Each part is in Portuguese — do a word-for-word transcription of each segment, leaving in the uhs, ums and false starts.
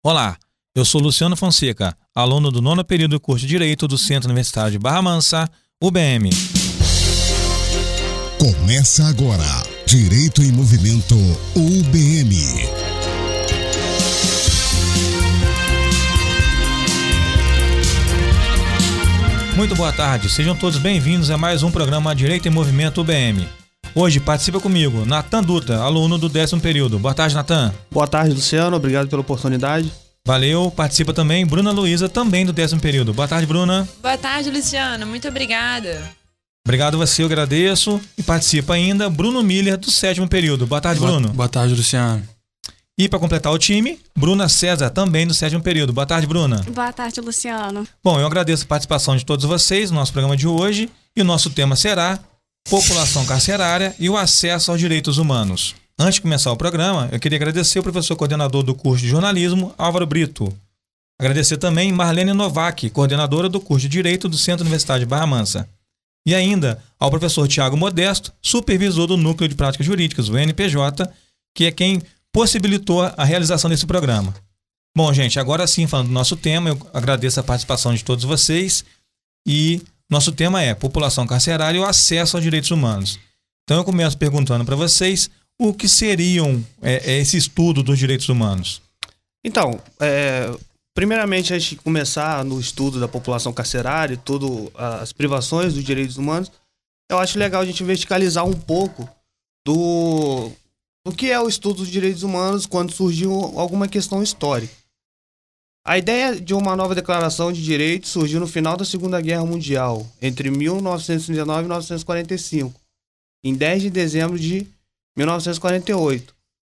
Olá, eu sou Luciano Fonseca, aluno do nono período do curso de Direito do Centro Universitário de Barra Mansa, U B M. Começa agora, Direito em Movimento U B M. Muito boa tarde, sejam todos bem-vindos a mais um programa Direito em Movimento U B M. Hoje participa comigo Natan Dutra, aluno do décimo período. Boa tarde, Natan. Boa tarde, Luciano. Obrigado pela oportunidade. Valeu. Participa também Bruna Luiza, também do décimo período. Boa tarde, Bruna. Boa tarde, Luciano. Muito obrigada. Obrigado a você, eu agradeço. E participa ainda Bruno Miller, do sétimo período. Boa tarde, boa, Bruno. Boa tarde, Luciano. E para completar o time, Bruna César, também do sétimo período. Boa tarde, Bruna. Boa tarde, Luciano. Bom, eu agradeço a participação de todos vocês no nosso programa de hoje. E o nosso tema será população carcerária e o acesso aos direitos humanos. Antes de começar o programa, eu queria agradecer o professor coordenador do curso de jornalismo, Álvaro Brito. Agradecer também Marlene Novak, coordenadora do curso de Direito do Centro Universitário de Barra Mansa. E ainda ao professor Tiago Modesto, supervisor do Núcleo de Práticas Jurídicas, o N P J, que é quem possibilitou a realização desse programa. Bom, gente, agora sim, falando do nosso tema, eu agradeço a participação de todos vocês e nosso tema é população carcerária e o acesso aos direitos humanos. Então eu começo perguntando para vocês o que seriam é, é esse estudo dos direitos humanos. Então, é, primeiramente, antes de começar no estudo da população carcerária e tudo, as privações dos direitos humanos, eu acho legal a gente verticalizar um pouco do, do que é o estudo dos direitos humanos quando surgiu alguma questão histórica. A ideia de uma nova declaração de direitos surgiu no final da Segunda Guerra Mundial, entre mil novecentos e trinta e nove e mil novecentos e quarenta e cinco, em dez de dezembro de mil novecentos e quarenta e oito,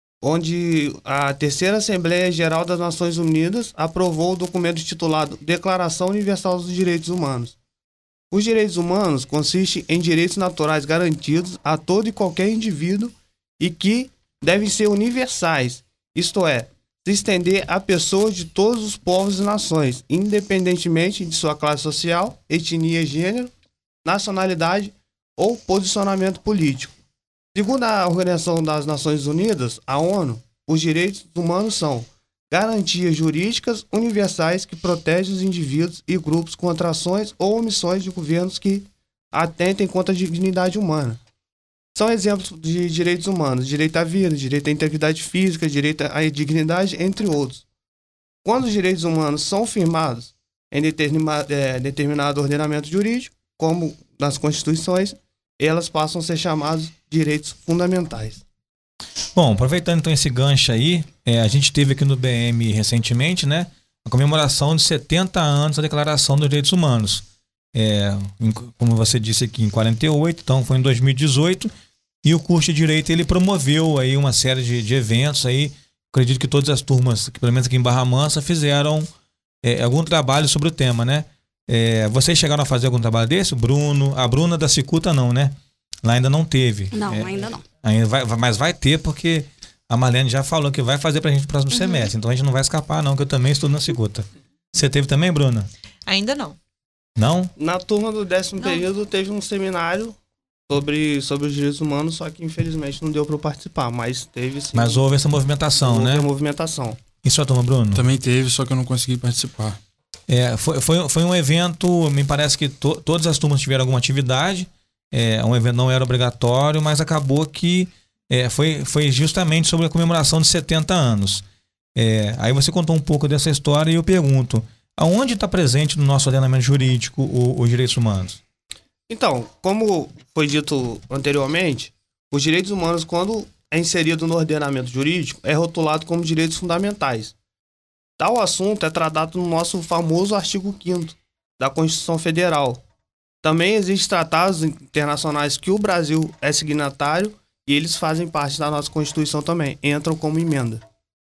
onde a Terceira Assembleia Geral das Nações Unidas aprovou o documento titulado Declaração Universal dos Direitos Humanos. Os direitos humanos consistem em direitos naturais garantidos a todo e qualquer indivíduo e que devem ser universais, isto é, se estender a pessoas de todos os povos e nações, independentemente de sua classe social, etnia, gênero, nacionalidade ou posicionamento político. Segundo a Organização das Nações Unidas, a ONU, os direitos humanos são garantias jurídicas universais que protegem os indivíduos e grupos contra ações ou omissões de governos que atentem contra a dignidade humana. São exemplos de direitos humanos, direito à vida, direito à integridade física, direito à dignidade, entre outros. Quando os direitos humanos são firmados em determinado, é, determinado ordenamento jurídico, como nas constituições, elas passam a ser chamadas direitos fundamentais. Bom, aproveitando então esse gancho aí, é, a gente teve aqui no B M recentemente, né, a comemoração de setenta anos da Declaração dos Direitos Humanos. É, em, como você disse aqui, em quarenta e oito, então foi em dois mil e dezoito, e o curso de Direito ele promoveu aí uma série de, de eventos aí. Acredito que todas as turmas, pelo menos aqui em Barra Mansa, fizeram é, algum trabalho sobre o tema, né? É, vocês chegaram a fazer algum trabalho desse? O Bruno, a Bruna da Cicuta não, né? Lá ainda não teve. Não, é, ainda não. Ainda vai, mas vai ter, porque a Marlene já falou que vai fazer pra gente no próximo uhum. semestre. Então a gente não vai escapar não, que eu também estudo na Cicuta. Você teve também, Bruna? Ainda não. Não? Na turma do décimo não. período teve um seminário sobre, sobre os direitos humanos, só que infelizmente não deu para eu participar, mas teve sim. Mas houve essa movimentação, houve né? Houve a movimentação. E sua turma, Bruno? Também teve, só que eu não consegui participar. É, foi, foi, foi um evento, me parece que to, todas as turmas tiveram alguma atividade, é, um evento não era obrigatório, mas acabou que é, foi, foi justamente sobre a comemoração de setenta anos. É, aí você contou um pouco dessa história e eu pergunto, aonde está presente no nosso ordenamento jurídico o, os direitos humanos? Então, como foi dito anteriormente, os direitos humanos, quando é inserido no ordenamento jurídico, é rotulado como direitos fundamentais. Tal assunto é tratado no nosso famoso artigo quinto da Constituição Federal. Também existem tratados internacionais que o Brasil é signatário e eles fazem parte da nossa Constituição também, entram como emenda.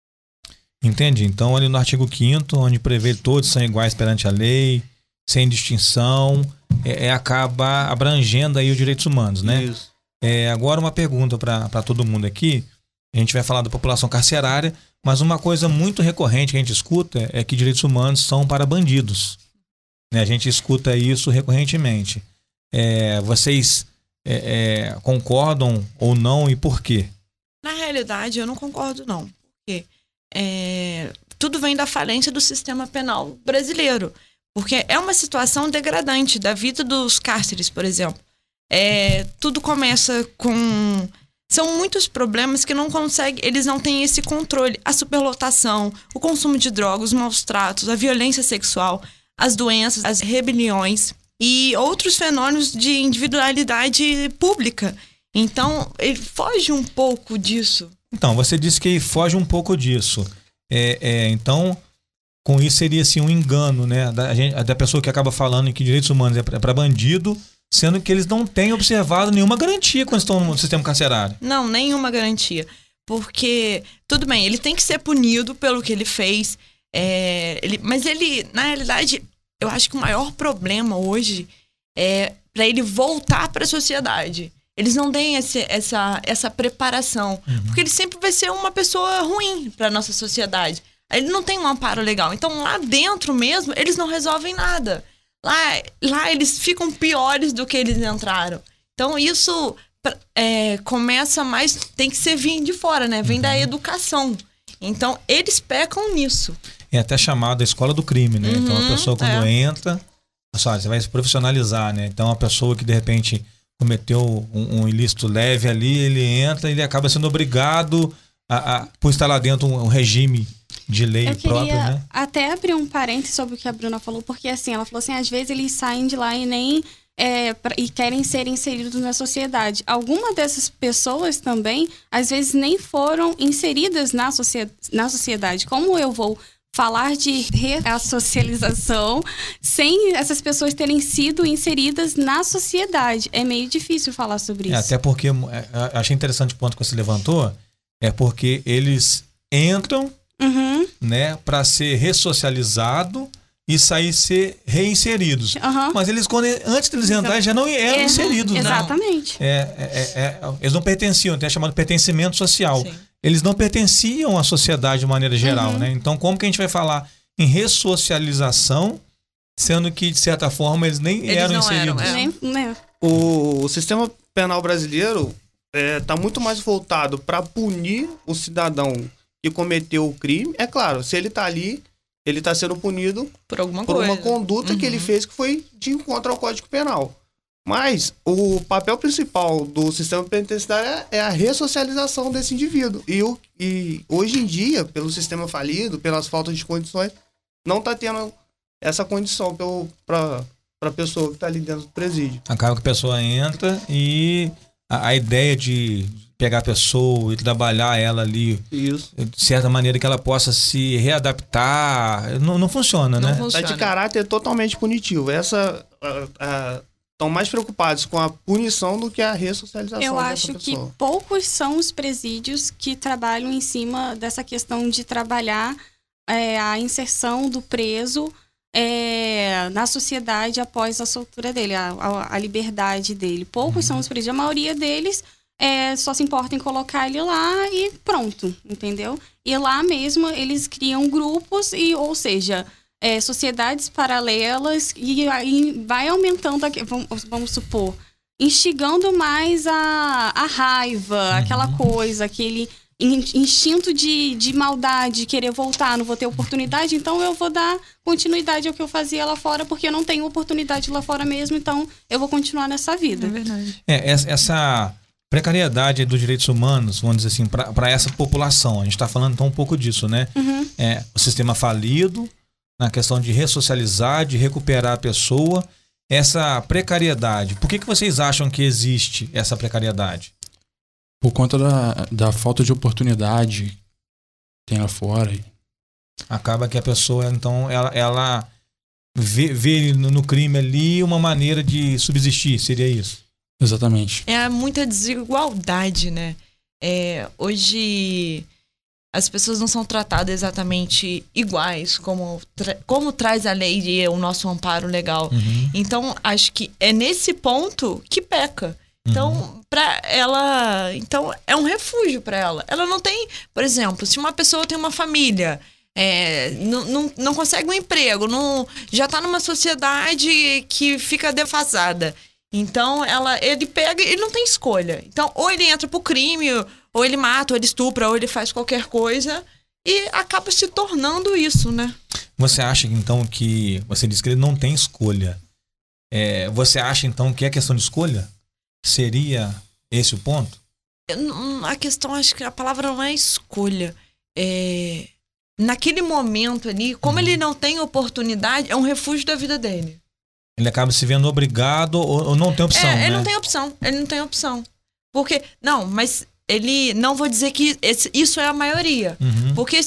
Entendi. Então, ali no artigo quinto, onde prevê todos são iguais perante a lei, sem distinção, é, é, acaba abrangendo aí os direitos humanos, né? Isso. É, agora uma pergunta para todo mundo aqui. A gente vai falar da população carcerária, mas uma coisa muito recorrente que a gente escuta é que direitos humanos são para bandidos. Né? A gente escuta isso recorrentemente. É, vocês é, é, concordam ou não e por quê? Na realidade, eu não concordo não. Porque é, tudo vem da falência do sistema penal brasileiro. Porque é uma situação degradante da vida dos cárceres, por exemplo. É, tudo começa com... São muitos problemas que não conseguem, eles não têm esse controle. A superlotação, o consumo de drogas, os maus tratos, a violência sexual, as doenças, as rebeliões e outros fenômenos de individualidade pública. Então, ele foge um pouco disso. Então, você disse que foge um pouco disso. É, é, então, com isso seria assim, um engano, né? Da, gente, da pessoa que acaba falando que direitos humanos é para bandido, sendo que eles não têm observado nenhuma garantia quando estão no sistema carcerário. Não, nenhuma garantia. Porque, tudo bem, ele tem que ser punido pelo que ele fez, é, ele, mas ele, na realidade, eu acho que o maior problema hoje é para ele voltar para a sociedade. Eles não têm esse, essa, essa preparação, uhum. porque ele sempre vai ser uma pessoa ruim para a nossa sociedade. Ele não tem um amparo legal. Então, lá dentro mesmo, eles não resolvem nada. Lá, lá eles ficam piores do que eles entraram. Então, isso é, começa mais... Tem que ser vindo de fora, né? Vem uhum. da educação. Então, eles pecam nisso. É até chamado a escola do crime, né? Uhum, então, a pessoa quando é. entra... Sabe, você vai se profissionalizar, né? Então, a pessoa que, de repente, cometeu um, um ilícito leve ali, ele entra e ele acaba sendo obrigado a, a, por estar lá dentro um, um regime... de lei eu própria, queria né? até abrir um parênteses sobre o que a Bruna falou, porque assim, ela falou assim, às vezes eles saem de lá e nem é, pra, e querem ser inseridos na sociedade. Algumas dessas pessoas também, às vezes nem foram inseridas na, socie- na sociedade. Como eu vou falar de reassocialização sem essas pessoas terem sido inseridas na sociedade? É meio difícil falar sobre é, isso. Até porque, achei interessante o ponto que você levantou, é porque eles entram Uhum. né, para ser ressocializado e sair ser reinseridos. Uhum. Mas eles, quando, antes deles entrarem, já não eram é, inseridos. Exatamente. Né? É, é, é, eles não pertenciam, tem chamado pertencimento social. Sim. Eles não pertenciam à sociedade de maneira geral. Uhum. Né? Então, como que a gente vai falar em ressocialização, sendo que, de certa forma, eles nem eles eram inseridos? Eram, é. nem, nem. O, o sistema penal brasileiro está é, muito mais voltado para punir o cidadão que cometeu o crime. É claro, se ele tá ali, ele tá sendo punido por alguma por coisa. uma conduta uhum. que ele fez que foi de encontro ao Código Penal. Mas o papel principal do sistema penitenciário é a ressocialização desse indivíduo. E, o, e hoje em dia, pelo sistema falido, pelas faltas de condições, não tá tendo essa condição para a pessoa que está ali dentro do presídio. Acaba que a pessoa entra e a, a ideia de pegar a pessoa e trabalhar ela ali Isso. de certa maneira que ela possa se readaptar, não, não funciona, não né? Está de caráter totalmente punitivo. Essa estão mais preocupados com a punição do que a ressocialização. Eu dessa acho pessoa. que poucos são os presídios que trabalham em cima dessa questão de trabalhar é, a inserção do preso é, na sociedade após a soltura dele, a, a, a liberdade dele. Poucos uhum. são os presídios. A maioria deles É, só se importa em colocar ele lá e pronto, entendeu? E lá mesmo eles criam grupos, e, ou seja, é, sociedades paralelas, e aí vai aumentando, aqui, vamos, vamos supor, instigando mais a, a raiva, uhum. aquela coisa, aquele instinto de, de maldade, querer voltar, não vou ter oportunidade, então eu vou dar continuidade ao que eu fazia lá fora, porque eu não tenho oportunidade lá fora mesmo, então eu vou continuar nessa vida. É verdade. É, essa... precariedade dos direitos humanos, vamos dizer assim, para essa população. A gente está falando então um pouco disso, né? Uhum. É, o sistema falido, na questão de ressocializar, de recuperar a pessoa. Essa precariedade, por que, que vocês acham que existe essa precariedade? Por conta da, da falta de oportunidade que tem lá fora. Acaba que a pessoa, então, ela, ela vê, vê no crime ali uma maneira de subsistir, seria isso? Exatamente. É muita desigualdade, né? É, hoje as pessoas não são tratadas exatamente iguais como, tra- como traz a lei e o nosso amparo legal. Uhum. Então, acho que é nesse ponto que peca. Então, uhum. para ela, então é um refúgio para ela. Ela não tem, por exemplo, se uma pessoa tem uma família, é, não, não, não consegue um emprego, não, já está numa sociedade que fica defasada. Então, ela, ele pega e não tem escolha. Então, ou ele entra pro crime, ou ele mata, ou ele estupra, ou ele faz qualquer coisa. e acaba se tornando isso, né? Você acha, então, que... Você disse que ele não tem escolha. É, você acha, então, que é questão de escolha? Seria esse o ponto? A questão, acho que a palavra não é escolha. É... Naquele momento ali, como uhum. ele não tem oportunidade, é um refúgio da vida dele. Ele acaba se vendo obrigado ou, ou não tem opção, é, né? Ele não tem opção, ele não tem opção. Porque, não, mas ele, não vou dizer que esse, isso é a maioria. Uhum. Porque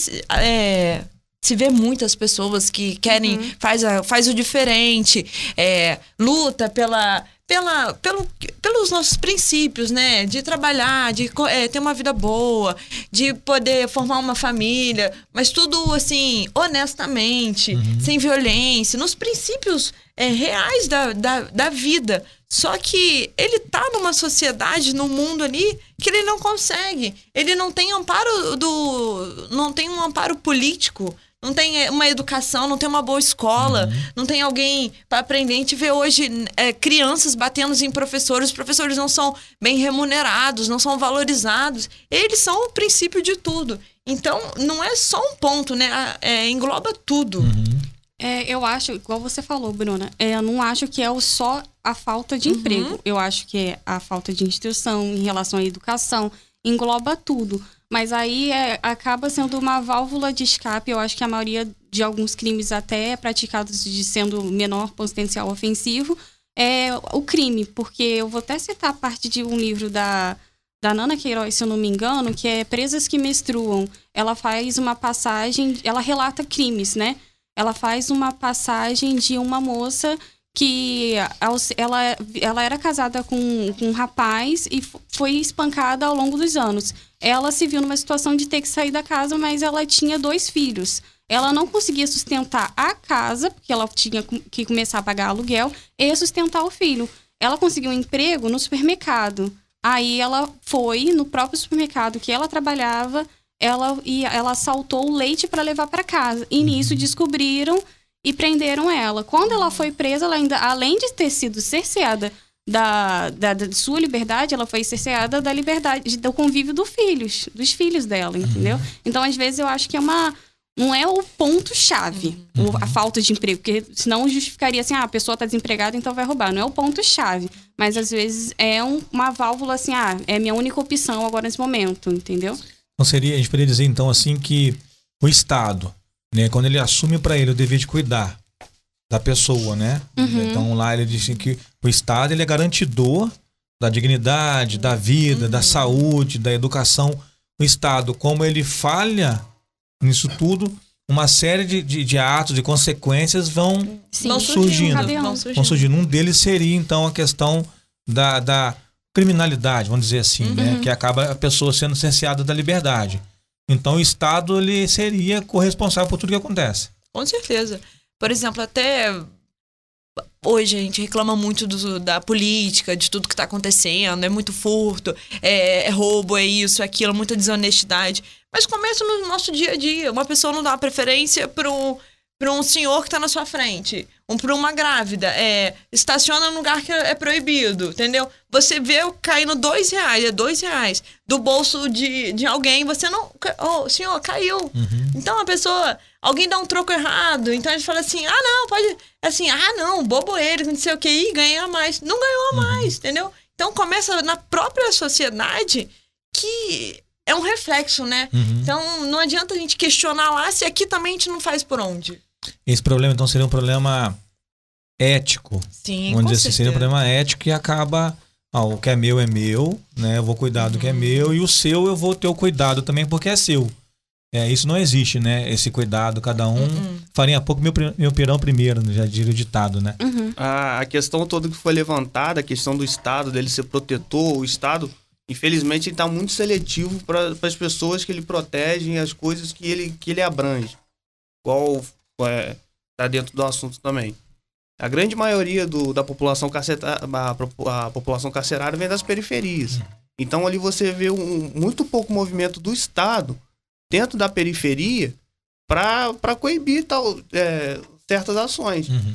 é, se vê muitas pessoas que querem, uhum. faz, a, faz o diferente, é, luta pela... Pela, pelo, pelos nossos princípios, né? De trabalhar, de é, ter uma vida boa, de poder formar uma família, mas tudo assim, honestamente, uhum. sem violência, nos princípios é, reais da, da, da vida. Só que ele tá numa sociedade, num mundo ali, que ele não consegue. Ele não tem amparo do. Não tem um amparo político. Não tem uma educação, não tem uma boa escola, uhum. não tem alguém para aprender. A gente vê hoje é, crianças batendo em professores, os professores não são bem remunerados, não são valorizados. Eles são o princípio de tudo. Então, não é só um ponto, né? É, engloba tudo. Uhum. É, eu acho, igual você falou, Bruna, é, eu não acho que é só a falta de uhum. emprego. Eu acho que é a falta de instrução em relação à educação, engloba tudo. Mas aí é, acaba sendo uma válvula de escape. Eu acho que a maioria de alguns crimes até praticados de sendo menor potencial ofensivo é o crime. Porque eu vou até citar parte de um livro da, da Nana Queiroz, se eu não me engano, que é Presas que Menstruam. Ela faz uma passagem, ela relata crimes, né? Ela faz uma passagem de uma moça que ela, ela era casada com, com um rapaz e foi espancada ao longo dos anos. Ela se viu numa situação de ter que sair da casa, mas ela tinha dois filhos. Ela não conseguia sustentar a casa, porque ela tinha que começar a pagar aluguel, e sustentar o filho. Ela conseguiu um emprego no supermercado. Aí ela foi no próprio supermercado que ela trabalhava, ela, e ela assaltou o leite para levar para casa. E nisso descobriram e prenderam ela. Quando ela foi presa, ela ainda, além de ter sido cerceada da, da, da sua liberdade, ela foi cerceada da liberdade, do convívio dos filhos, dos filhos dela, entendeu? Uhum. Então, às vezes, eu acho que é uma... Não é o ponto-chave, uhum. a falta de emprego, porque senão justificaria assim, ah, a pessoa está desempregada, então vai roubar. Não é o ponto-chave, mas às vezes é um, uma válvula assim, ah, é a minha única opção agora nesse momento, entendeu? Então seria, a gente poderia dizer então assim que o Estado, né, quando ele assume para ele o dever de cuidar da pessoa, né? Uhum. Então lá ele diz que o Estado ele é garantidor da dignidade, da vida, uhum. da saúde, da educação. O Estado, como ele falha nisso tudo, uma série de, de, de atos, de consequências vão, Sim, vão surgindo. Vão surgindo. Vão surgindo. Um deles seria então a questão da, da criminalidade, vamos dizer assim, uhum. né? Que acaba a pessoa sendo cerceada da liberdade. Então o Estado ele seria corresponsável por tudo que acontece. Com certeza. Por exemplo, até hoje a gente reclama muito do, da política, de tudo que está acontecendo, é muito furto, é, é roubo, é isso, é aquilo, muita desonestidade. Mas começa no nosso dia a dia. Uma pessoa não dá uma preferência para um, para um senhor que está na sua frente, um, para uma grávida, é, estaciona num lugar que é proibido, entendeu? Você vê caindo dois reais, é dois reais, do bolso de, de alguém, você não... Oh, senhor, caiu. Uhum. Então a pessoa... Alguém dá um troco errado, então a gente fala assim, ah, não, pode... Assim, ah, não, bobo ele, não sei o que, e ganha mais. Não ganhou a mais, uhum. entendeu? Então começa na própria sociedade que é um reflexo, né? Uhum. Então não adianta a gente questionar lá se aqui também a gente não faz por onde. Esse problema, então, seria um problema ético. Sim, Vamos com dizer assim, seria um problema ético e acaba... Ah, o que é meu é meu, né? Eu vou cuidar do uhum. que é meu, e o seu eu vou ter o cuidado também porque é seu. É, isso não existe, né? Esse cuidado, cada um uhum. farinha pouco, meu, meu pirão primeiro, já diria o ditado, né? Uhum. A, a questão toda que foi levantada, a questão do Estado, dele ser protetor, o Estado, infelizmente, ele está muito seletivo para as pessoas que ele protege, as coisas que ele, que ele abrange. Igual é, tá dentro do assunto também. A grande maioria do, da população carcerária, a, a população carcerária vem das periferias. Uhum. Então, ali você vê um, muito pouco movimento do Estado dentro da periferia para coibir tal, é, certas ações. Uhum.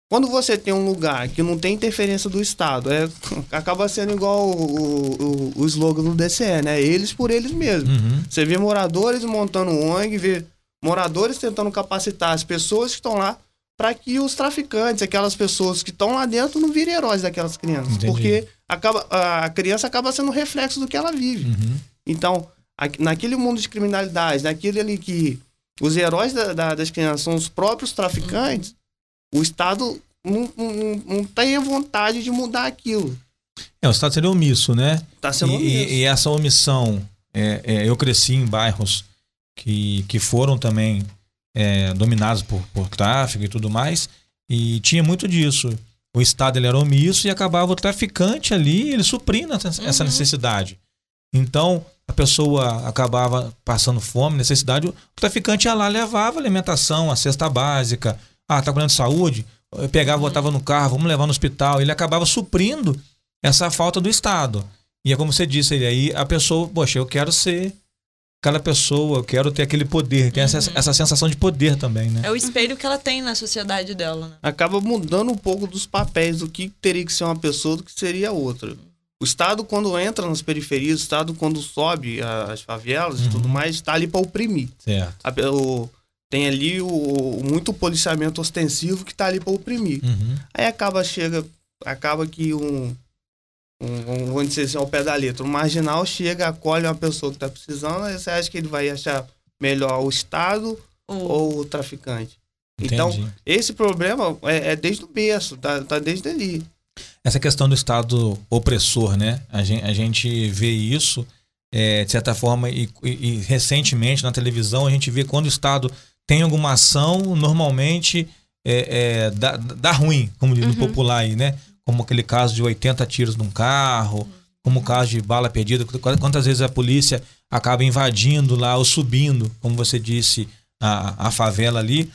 Quando você tem um lugar que não tem interferência do Estado, é, acaba sendo igual o, o, o slogan do D C E, né? Eles por eles mesmos. Uhum. Você vê moradores montando O N G, vê moradores tentando capacitar as pessoas que estão lá para que os traficantes, aquelas pessoas que estão lá dentro, não virem heróis daquelas crianças. Entendi. Porque acaba, a criança acaba sendo reflexo do que ela vive. Uhum. Então, a, naquele mundo de criminalidade, naquele ali que os heróis da, da, das crianças são os próprios traficantes, o Estado não, não, não tem a vontade de mudar aquilo. É, o Estado seria omisso, né? Tá sendo E, omisso. e, e essa omissão, é, é, eu cresci em bairros que, que foram também é, dominados por, por tráfico e tudo mais, e tinha muito disso. O Estado ele era omisso e acabava o traficante ali, ele suprindo essa, Uhum. essa necessidade. Então, a pessoa acabava passando fome, necessidade, o traficante ia lá, levava alimentação, a cesta básica, ah, tá com problema de saúde, eu pegava, botava no carro, vamos levar no hospital, ele acabava suprindo essa falta do Estado. E é como você disse, ele aí a pessoa, poxa, eu quero ser aquela pessoa, eu quero ter aquele poder, tem essa, essa sensação de poder também, né? É o espelho que ela tem na sociedade dela, né? Acaba mudando um pouco dos papéis do que teria que ser uma pessoa do que seria outra. O Estado, quando entra nas periferias, o Estado, quando sobe as favelas e tudo mais, está ali para oprimir. Certo. A- o- tem ali o, o- muito policiamento ostensivo que está ali para oprimir. Uhum. Aí acaba, chega, acaba que um, um, um, vamos dizer assim, ao pé da letra, um marginal chega, acolhe uma pessoa que está precisando, aí você acha que ele vai achar melhor o Estado O- ou o traficante? Então, Entendi. esse problema é, é desde o berço, tá, tá desde ali. Essa questão do Estado opressor, né? A gente, a gente vê isso, é, de certa forma, e, e- e recentemente na televisão a gente vê quando o Estado tem alguma ação, normalmente é, é, dá, dá ruim, como diz no popular aí, né? Como aquele caso de oitenta tiros num carro, como o caso de bala perdida. Quantas vezes a polícia acaba invadindo lá ou subindo, como você disse, a, a favela ali,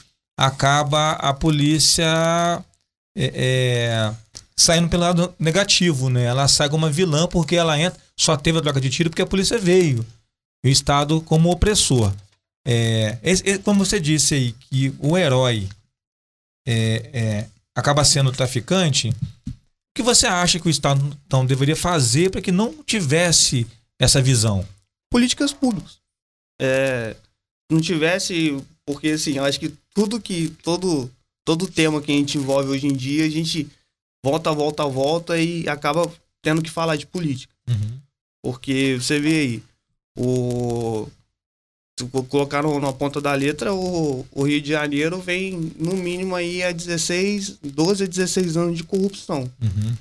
acaba a polícia é, é, saindo pelo lado negativo, né? Ela sai como uma vilã porque ela entra, só teve a troca de tiro porque a polícia veio. E o Estado como opressor. É, esse- esse- como você disse aí, que o herói é, é, acaba sendo o traficante, o que você acha que o Estado então deveria fazer para que não tivesse essa visão? Políticas públicas. É, não tivesse, porque assim, eu acho que tudo que, todo, todo tema que a gente envolve hoje em dia, a gente volta, volta, volta e acaba tendo que falar de política. Uhum. Porque você vê aí, o, se co- colocar no- na ponta da letra, o, o Rio de Janeiro vem no mínimo aí a dezesseis, doze a dezesseis anos de corrupção. Uhum.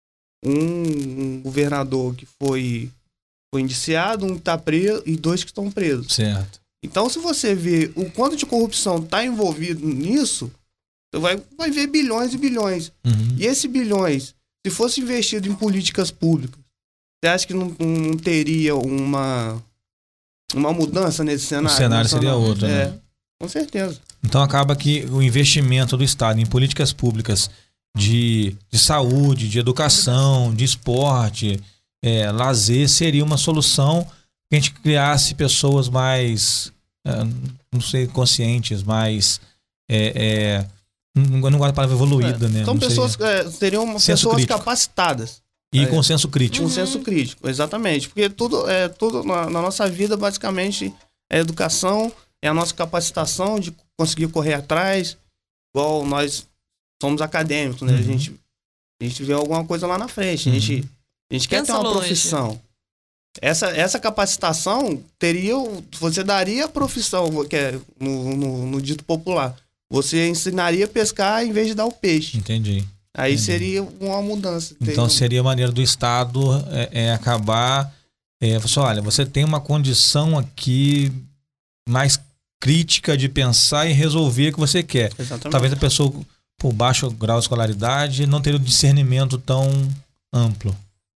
Um, um governador que foi, foi indiciado, um que está preso e dois que estão presos. Certo. Então, se você vê o quanto de corrupção está envolvido nisso, você vai, vai ver bilhões e bilhões. Uhum. E esses bilhões, se fosse investido em políticas públicas, você acha que não, não teria uma, uma mudança nesse O cenário? cenário seria nacional? outro, É, né? com certeza. Então acaba que o investimento do Estado em políticas públicas de, de saúde, de educação, de esporte, é, lazer, seria uma solução que a gente criasse pessoas mais, é, não sei, conscientes, mais... É, é, não, não gosto da palavra evoluída, né? São Não sei. pessoas, é, seriam Senso pessoas crítico. capacitadas. E é. com senso crítico. Um senso crítico, exatamente. Porque tudo, é, tudo na, na nossa vida, basicamente, é educação, é a nossa capacitação de conseguir correr atrás. Igual nós somos acadêmicos, né? Uhum. A, gente, a gente vê alguma coisa lá na frente. A gente, a gente quer ter Pensa uma longe. profissão. Essa, essa capacitação teria. o- Você daria a profissão, que é no, no, no dito popular. Você ensinaria a pescar em vez de dar o peixe. Entendi. Aí Entendi. seria uma mudança. Então Teria- seria maneira do Estado é, é, acabar. É, você, olha, você tem uma condição aqui mais crítica de pensar e resolver o que você quer. Exatamente. Talvez a pessoa por baixo grau de escolaridade não teria o discernimento tão amplo.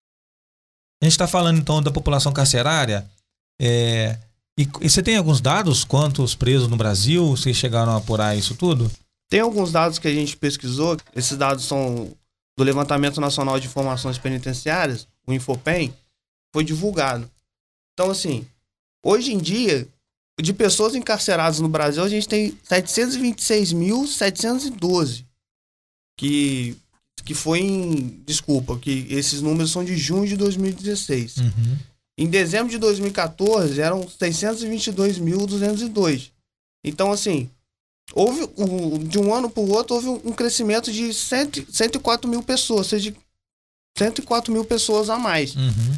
A gente está falando então da população carcerária. É, e, e você tem alguns dados quantos presos no Brasil? Vocês chegaram a apurar isso tudo? Tem alguns dados que a gente pesquisou, esses dados são do Levantamento Nacional de Informações Penitenciárias, o Infopem, foi divulgado. Então, assim, hoje em dia, de pessoas encarceradas no Brasil, a gente tem setecentos e vinte e seis mil setecentos e doze que, que foi em... Desculpa, que esses números são de junho de dois mil e dezesseis. Uhum. Em dezembro de dois mil e quatorze, eram seiscentos e vinte e dois mil duzentos e dois. Então, assim, houve um, de um ano para o outro, houve um crescimento de cento, cento e quatro mil pessoas, ou seja, cento e quatro mil pessoas a mais. Uhum.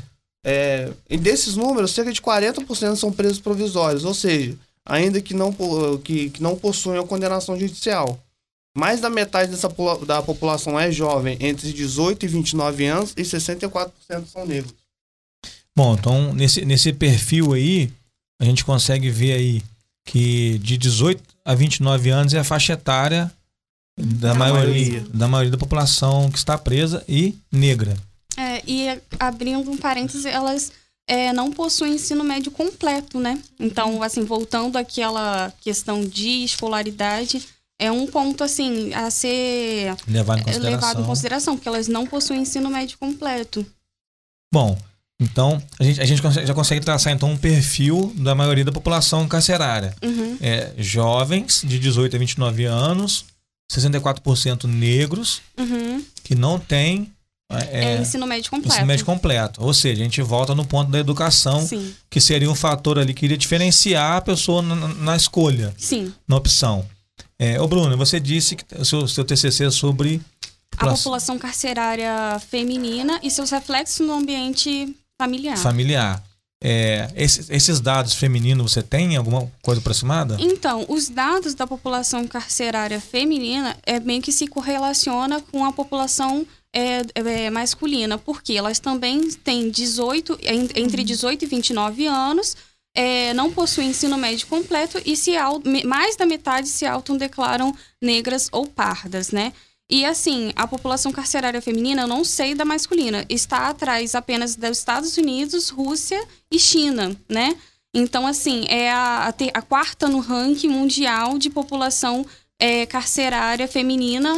É, e desses números, cerca de quarenta por cento são presos provisórios, ou seja, ainda que não, que, que não possuem a condenação judicial. Mais da metade dessa, da população é jovem, entre dezoito e vinte e nove anos, e sessenta e quatro por cento são negros. Bom, então nesse, nesse perfil aí, a gente consegue ver aí que de dezoito a vinte e nove anos é a faixa etária da, maioria, maioria. da maioria da população que está presa e negra. É, e abrindo um parêntese, elas é, não possuem ensino médio completo, né? Então, assim, voltando àquela questão de escolaridade, é um ponto, assim, a ser levado em consideração, levado em consideração porque elas não possuem ensino médio completo. Bom, então, a gente, a gente consegue, já consegue traçar, então, um perfil da maioria da população carcerária. Uhum. É, jovens de dezoito a vinte e nove anos, sessenta e quatro por cento negros, uhum. que não têm é, é, ensino médio completo. Ensino médio completo. Ou seja, a gente volta no ponto da educação, Sim. que seria um fator ali que iria diferenciar a pessoa na, na escolha, Sim. na opção. É, ô Bruno, você disse que o seu, seu T C C é sobre a população carcerária feminina e seus reflexos no ambiente familiar. Familiar. É, esses, esses dados femininos, você tem alguma coisa aproximada? Então, os dados da população carcerária feminina é meio que se correlaciona com a população é, é, masculina, porque elas também têm dezoito, entre dezoito e vinte e nove anos, é, não possuem ensino médio completo e se, mais da metade se autodeclaram negras ou pardas, né? E assim, a população carcerária feminina, eu não sei da masculina, está atrás apenas dos Estados Unidos, Rússia e China, né? Então, assim, é a, a, ter, a quarta no ranking mundial de população é, carcerária feminina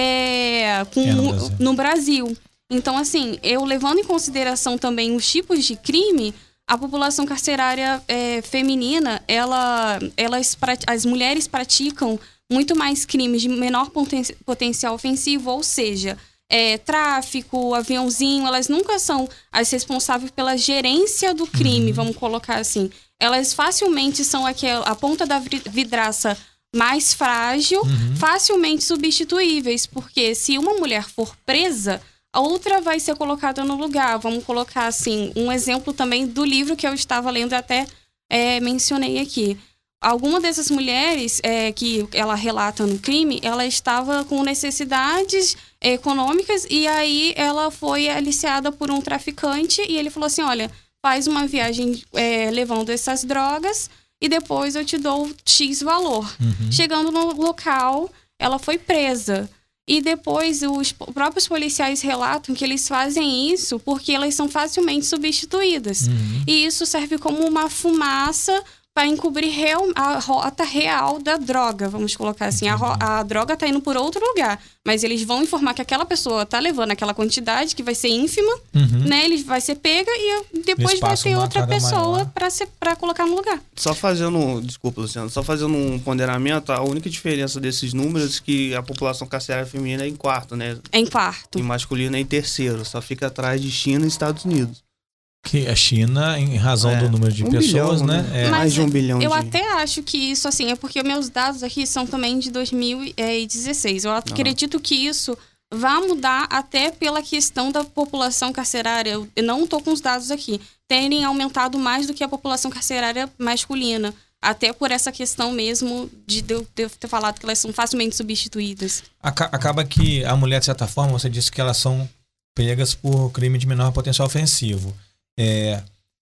é, com, é no, Brasil. no Brasil. Então, assim, eu levando em consideração também os tipos de crime, a população carcerária é, feminina, ela, elas, as mulheres praticam muito mais crimes de menor poten- potencial ofensivo, ou seja, é, tráfico, aviãozinho, elas nunca são as responsáveis pela gerência do crime, uhum. vamos colocar assim. Elas facilmente são aquela, a ponta da vidraça mais frágil, uhum. facilmente substituíveis, porque se uma mulher for presa, a outra vai ser colocada no lugar. Vamos colocar assim, um exemplo também do livro que eu estava lendo, até é, mencionei aqui. Alguma dessas mulheres é, que ela relata no crime, ela estava com necessidades econômicas e aí ela foi aliciada por um traficante e ele falou assim, olha, faz uma viagem é, levando essas drogas e depois eu te dou X valor. Uhum. Chegando no local, ela foi presa. E depois os próprios policiais relatam que eles fazem isso porque elas são facilmente substituídas. Uhum. E isso serve como uma fumaça para encobrir real, a rota real da droga, vamos colocar assim. A, ro- a droga está indo por outro lugar, mas eles vão informar que aquela pessoa está levando aquela quantidade, que vai ser ínfima, uhum. né? Ele vai ser pega e depois vai ter outra pessoa para colocar no lugar. Só fazendo, desculpa, Luciano, só fazendo um ponderamento, a única diferença desses números é que a população carcerária feminina é em quarto, né? É em quarto. E masculina é em terceiro, só fica atrás de China e Estados Unidos. Que a China, em razão é, do número de um pessoas, bilhão, né? É. Mais de um bilhão. Eu de... até acho que isso, assim, é porque meus dados aqui são também de dois mil e dezesseis. Eu acredito uhum. que isso vai mudar até pela questão da população carcerária. Eu não estou com os dados aqui. Terem aumentado mais do que a população carcerária masculina. Até por essa questão mesmo de eu ter falado que elas são facilmente substituídas. Acaba que a mulher, de certa forma, você disse que elas são pegas por crime de menor potencial ofensivo. É,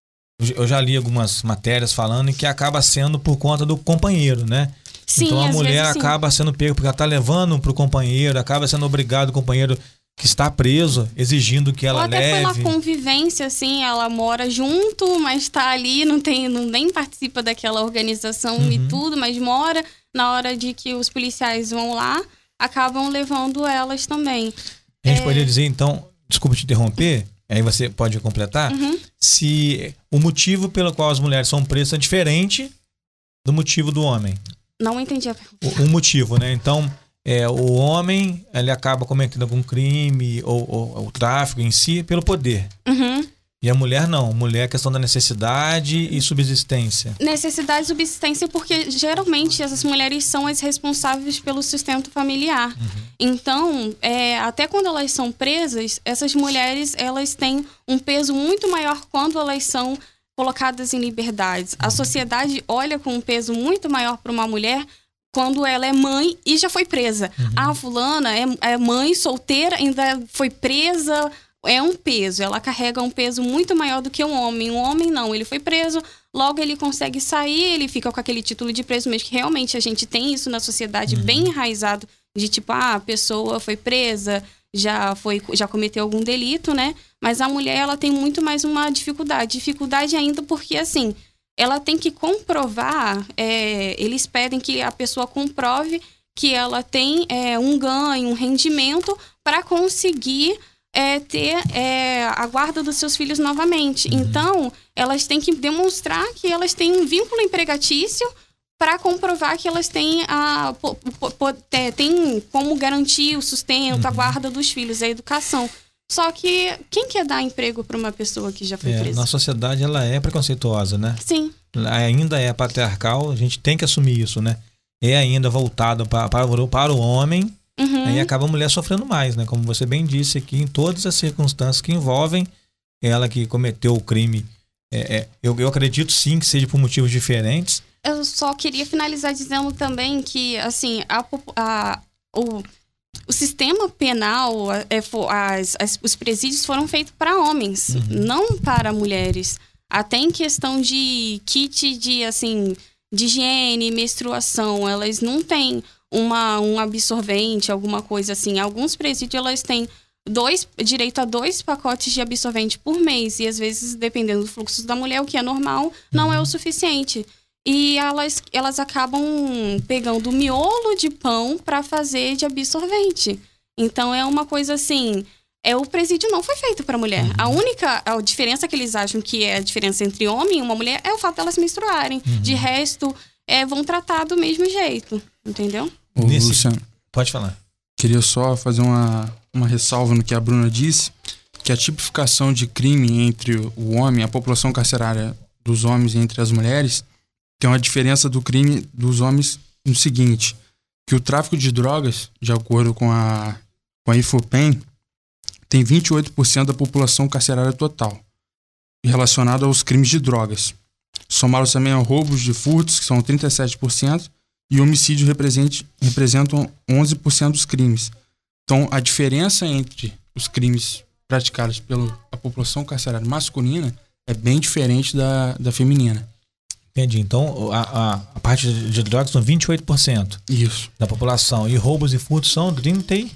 eu já li algumas matérias falando que acaba sendo por conta do companheiro, né? Sim, então a mulher vezes, acaba sendo pega porque ela está levando para o companheiro, acaba sendo obrigado o companheiro que está preso, exigindo que ela Ou até leve. pela convivência, assim, ela mora junto, mas está ali, não tem, não nem participa daquela organização uhum. e tudo, mas mora. Na hora de que os policiais vão lá, acabam levando elas também. A gente é... poderia dizer, então, desculpa te interromper, aí você pode completar, uhum. se o motivo pelo qual as mulheres são presas é diferente do motivo do homem. Não entendi a pergunta. O, o motivo, né? Então, é, o homem ele acaba cometendo algum crime ou, ou, ou o tráfico em si pelo poder. Uhum. E a mulher não. Mulher é questão da necessidade e subsistência. Necessidade e subsistência porque geralmente essas mulheres são as responsáveis pelo sustento familiar. Uhum. Então, é, até quando elas são presas, essas mulheres elas têm um peso muito maior quando elas são colocadas em liberdade. Uhum. A sociedade olha com um peso muito maior para uma mulher quando ela é mãe e já foi presa. Uhum. A fulana é, é mãe solteira, ainda foi presa. É um peso, ela carrega um peso muito maior do que um homem. Um homem não, ele foi preso, logo ele consegue sair, ele fica com aquele título de preso mesmo, que realmente a gente tem isso na sociedade, uhum. bem enraizado, de tipo, ah, a pessoa foi presa, já, foi, já cometeu algum delito, né? Mas a mulher, ela tem muito mais uma dificuldade. Dificuldade ainda porque, assim, ela tem que comprovar, é, eles pedem que a pessoa comprove que ela tem é, um ganho, um rendimento para conseguir... É ter é, a guarda dos seus filhos novamente. Uhum. Então, elas têm que demonstrar que elas têm um vínculo empregatício para comprovar que elas têm, a, po, po, po, têm como garantir o sustento, uhum. a guarda dos filhos, a educação. Só que quem quer dar emprego para uma pessoa que já foi é, presa? Nossa sociedade ela é preconceituosa, né? Sim. Ainda é patriarcal, a gente tem que assumir isso, né? É ainda voltado para, para, para o homem. Uhum. Aí acaba a mulher sofrendo mais, né? Como você bem disse aqui, em todas as circunstâncias que envolvem ela que cometeu o crime. É, é, eu, eu acredito sim que seja por motivos diferentes. Eu só queria finalizar dizendo também que, assim, a, a, o, o sistema penal, é, as, as, os presídios foram feitos para homens, uhum. não para mulheres. Até em questão de kit de, assim, de higiene, menstruação, elas não têm... Uma, um absorvente, alguma coisa assim. Alguns presídios, elas têm dois, direito a dois pacotes de absorvente por mês. E às vezes, dependendo do fluxo da mulher, o que é normal, não é o suficiente. E elas, elas acabam pegando o miolo de pão para fazer de absorvente. Então, é uma coisa assim... É, o presídio não foi feito para mulher. Uhum. A única a diferença que eles acham que é a diferença entre homem e uma mulher é o fato delas menstruarem. Uhum. De resto... É, vão tratar do mesmo jeito, entendeu? Ô, Nesse... Luciano, pode falar. Queria só fazer uma, uma ressalva no que a Bruna disse, que a tipificação de crime entre o homem, a população carcerária dos homens e entre as mulheres, tem uma diferença do crime dos homens no seguinte, que o tráfico de drogas, de acordo com a, com a IFOPEM, tem vinte e oito por cento da população carcerária total, relacionado aos crimes de drogas. Somados também a roubos de furtos, que são trinta e sete por cento, e homicídio representam onze por cento dos crimes. Então, a diferença entre os crimes praticados pela população carcerária masculina é bem diferente da, da feminina. Entendi. Então, a, a, a parte de drogas são vinte e oito por cento Isso. da população. E roubos e furtos são trinta e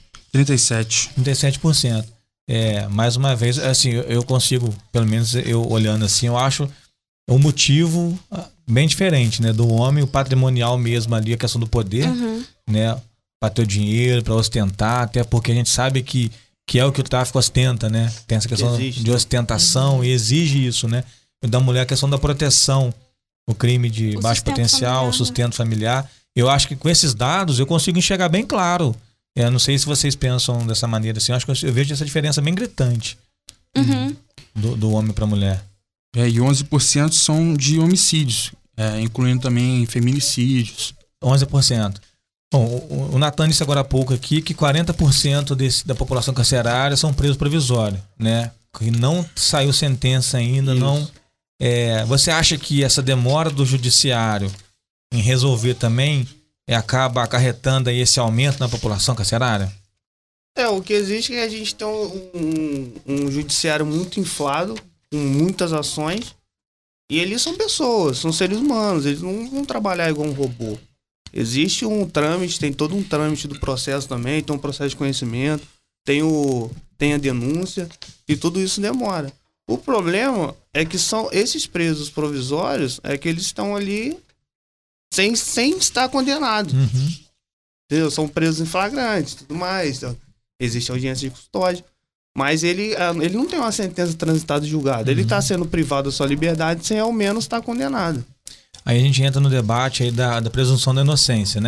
sete por cento. É, mais uma vez, assim, eu consigo, pelo menos eu olhando assim, eu acho um motivo bem diferente, né? Do homem, o patrimonial mesmo ali, a questão do poder, uhum. né? Para ter o dinheiro, para ostentar, até porque a gente sabe que, que é o que o tráfico ostenta, né? Tem essa questão existe, de ostentação uhum. e exige isso, né? E da mulher, a questão da proteção, o crime de o baixo potencial, familiar, o sustento né? familiar. Eu acho que com esses dados eu consigo enxergar bem claro. Eu não sei se vocês pensam dessa maneira assim, eu acho que eu vejo essa diferença bem gritante uhum. do, do homem para a mulher. É, e onze por cento são de homicídios, é, incluindo também feminicídios. onze por cento. Bom, o, o Natan disse agora há pouco aqui que quarenta por cento desse, da população carcerária são presos provisórios, né? Que não saiu sentença ainda, Isso. não... É, você acha que essa demora do judiciário em resolver também é, acaba acarretando aí esse aumento na população carcerária? É, o que existe é que a gente tem um, um, um judiciário muito inflado, com muitas ações, e eles são pessoas, são seres humanos, eles não vão trabalhar igual um robô. Existe um trâmite, tem todo um trâmite do processo também, tem um processo de conhecimento, tem, o, tem a denúncia, e tudo isso demora. O problema é que são esses presos provisórios, é que eles estão ali sem, sem estar condenados. Uhum. Entendeu? São presos em flagrante, tudo mais. Então, existe audiência de custódia. Mas ele, ele não tem uma sentença transitada e julgada. Uhum. Ele está sendo privado da sua liberdade sem ao menos estar condenado. Aí a gente entra no debate aí da, da presunção da inocência, né?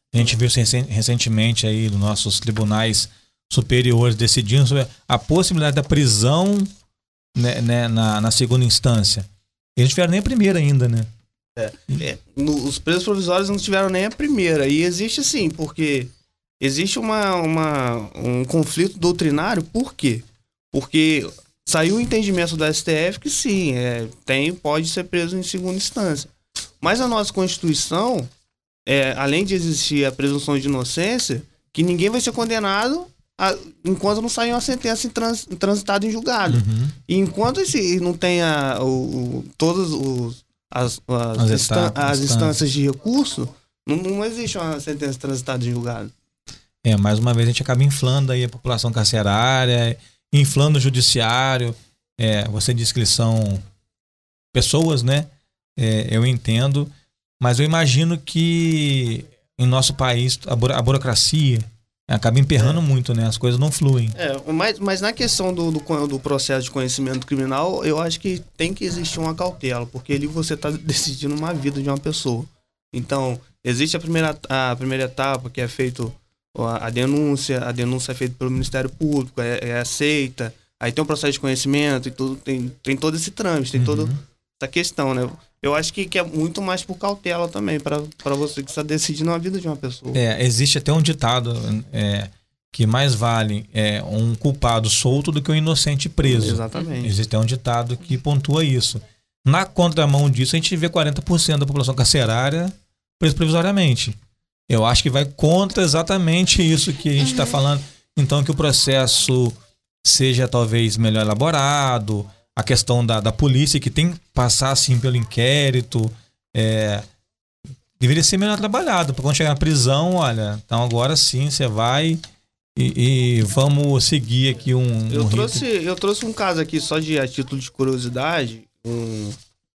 A gente viu recentemente aí nos nossos tribunais superiores decidindo sobre a possibilidade da prisão, né, né, na, na segunda instância. Eles tiveram nem a primeira ainda, né? É, é, no, os presos provisórios não tiveram nem a primeira. E existe sim, porque existe uma, uma, um conflito doutrinário. Por quê? Porque saiu o entendimento do S T F que sim, é, tem, pode ser preso em segunda instância. Mas a nossa Constituição, é, além de existir a presunção de inocência, que ninguém vai ser condenado a, enquanto não sair uma sentença em trans, transitada em julgado. Uhum. E enquanto esse, não tenha o, o, todos os, as, as, As instan- etapas, as instâncias. instâncias de recurso, não, não existe uma sentença transitada em julgado. É, mais uma vez a gente acaba inflando aí a população carcerária, inflando o judiciário. É, você disse que eles são pessoas, né? É, eu entendo, mas eu imagino que em nosso país a, buro- a burocracia acaba emperrando É. muito, né? As coisas não fluem. É, mas, mas na questão do, do, do processo de conhecimento criminal, eu acho que tem que existir uma cautela, porque ali você está decidindo uma vida de uma pessoa. Então, existe a primeira, a primeira etapa, que é feito a, a denúncia, a denúncia é feita pelo Ministério Público, é, é aceita, aí tem um processo de conhecimento e tudo, tem, tem todo esse trâmite, tem Uhum. toda essa questão, né? Eu acho que, que é muito mais por cautela também, para você que está decidindo a vida de uma pessoa. É, existe até um ditado é, que mais vale é, um culpado solto do que um inocente preso. Exatamente. Existe até um ditado que pontua isso. Na contramão disso, a gente vê quarenta por cento da população carcerária presa provisoriamente. Eu acho que vai contra exatamente isso que a gente está falando. Então, que o processo seja talvez melhor elaborado, a questão da, da polícia, que tem que passar assim pelo inquérito, é, deveria ser melhor trabalhado, para quando chegar na prisão, olha, então agora sim você vai e, e vamos seguir aqui um, Eu um trouxe, rito. eu trouxe um caso aqui só de a título de curiosidade, um,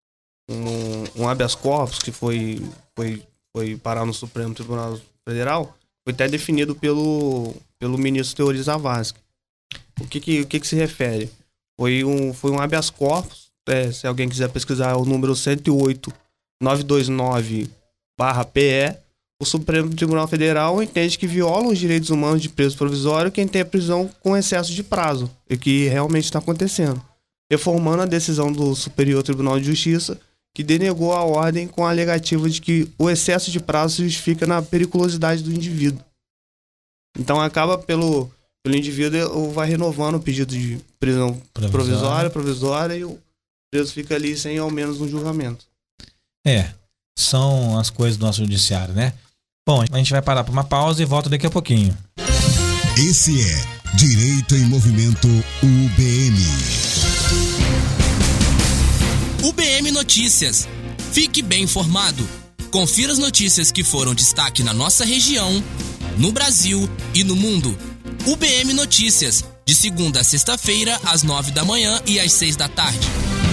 um, um habeas corpus que foi, foi, foi parar no Supremo Tribunal Federal, foi até definido pelo, pelo ministro Teori Zavascki. O que que, o que que se refere? Foi um, foi um habeas corpus, é, se alguém quiser pesquisar, é o número cento e oito, novecentos e vinte e nove barra P E. O Supremo Tribunal Federal entende que violam os direitos humanos de preso provisório quem tem a prisão com excesso de prazo, e que realmente está acontecendo, reformando a decisão do Superior Tribunal de Justiça, que denegou a ordem com a alegativa de que o excesso de prazo se justifica na periculosidade do indivíduo. Então acaba pelo, pelo indivíduo, vai renovando o pedido de prisão Provisória. provisória, provisória, e o preso fica ali sem ao menos um julgamento. É, são as coisas do nosso judiciário, né? Bom, a gente vai parar para uma pausa e volta daqui a pouquinho. Esse é Direito em Movimento U B M. U B M Notícias. Fique bem informado. Confira as notícias que foram destaque na nossa região, no Brasil e no mundo. U B M Notícias, de segunda a sexta-feira, às nove da manhã e às seis da tarde.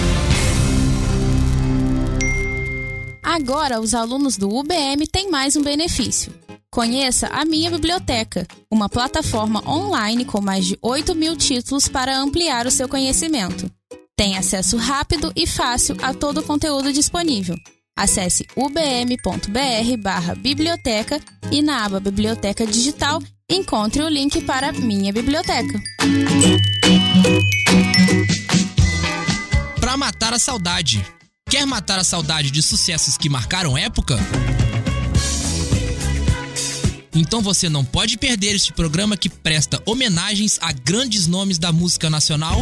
Agora, os alunos do U B M têm mais um benefício. Conheça a Minha Biblioteca, uma plataforma online com mais de oito mil títulos para ampliar o seu conhecimento. Tem acesso rápido e fácil a todo o conteúdo disponível. Acesse ubm.br barra biblioteca e na aba Biblioteca Digital encontre o link para Minha Biblioteca. Pra matar a saudade. Quer matar a saudade de sucessos que marcaram época? Então você não pode perder este programa que presta homenagens a grandes nomes da música nacional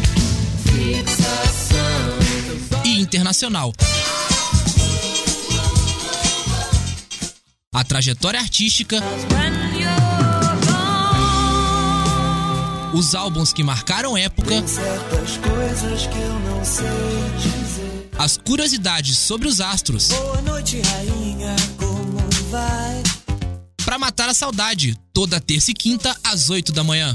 e internacional. A trajetória artística, os álbuns que marcaram época, as curiosidades sobre os astros. Boa noite, rainha, como vai? Pra matar a saudade, toda terça e quinta às oito da manhã.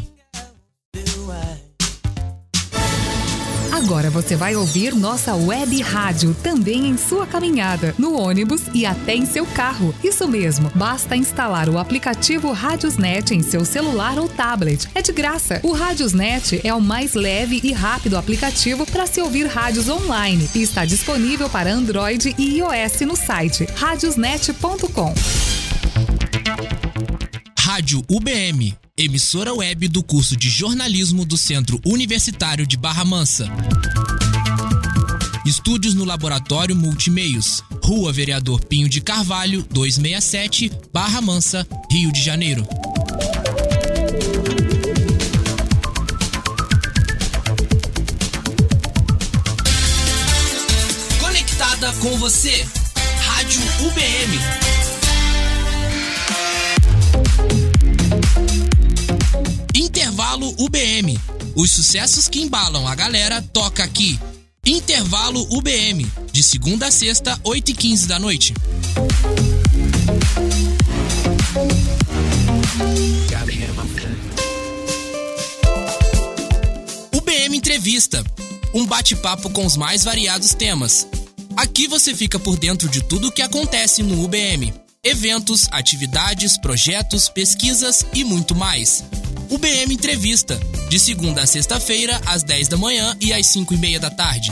Agora você vai ouvir nossa web rádio também em sua caminhada, no ônibus e até em seu carro. Isso mesmo, basta instalar o aplicativo Radiosnet em seu celular ou tablet. É de graça. O Radiosnet é o mais leve e rápido aplicativo para se ouvir rádios online e está disponível para Android e iOS no site radiosnet ponto com. Rádio U B M, emissora web do curso de jornalismo do Centro Universitário de Barra Mansa. Estúdios no Laboratório Multimeios, Rua Vereador Pinho de Carvalho, duzentos e sessenta e sete, Barra Mansa, Rio de Janeiro. Conectada com você, Rádio U B M. Intervalo U B M. Os sucessos que embalam a galera toca aqui. Intervalo U B M, de segunda a sexta, oito e quinze da noite. U B M Entrevista, um bate-papo com os mais variados temas. Aqui você fica por dentro de tudo o que acontece no U B M. Eventos, atividades, projetos, pesquisas e muito mais. U B M Entrevista, de segunda a sexta-feira, às dez da manhã e às cinco e meia da tarde.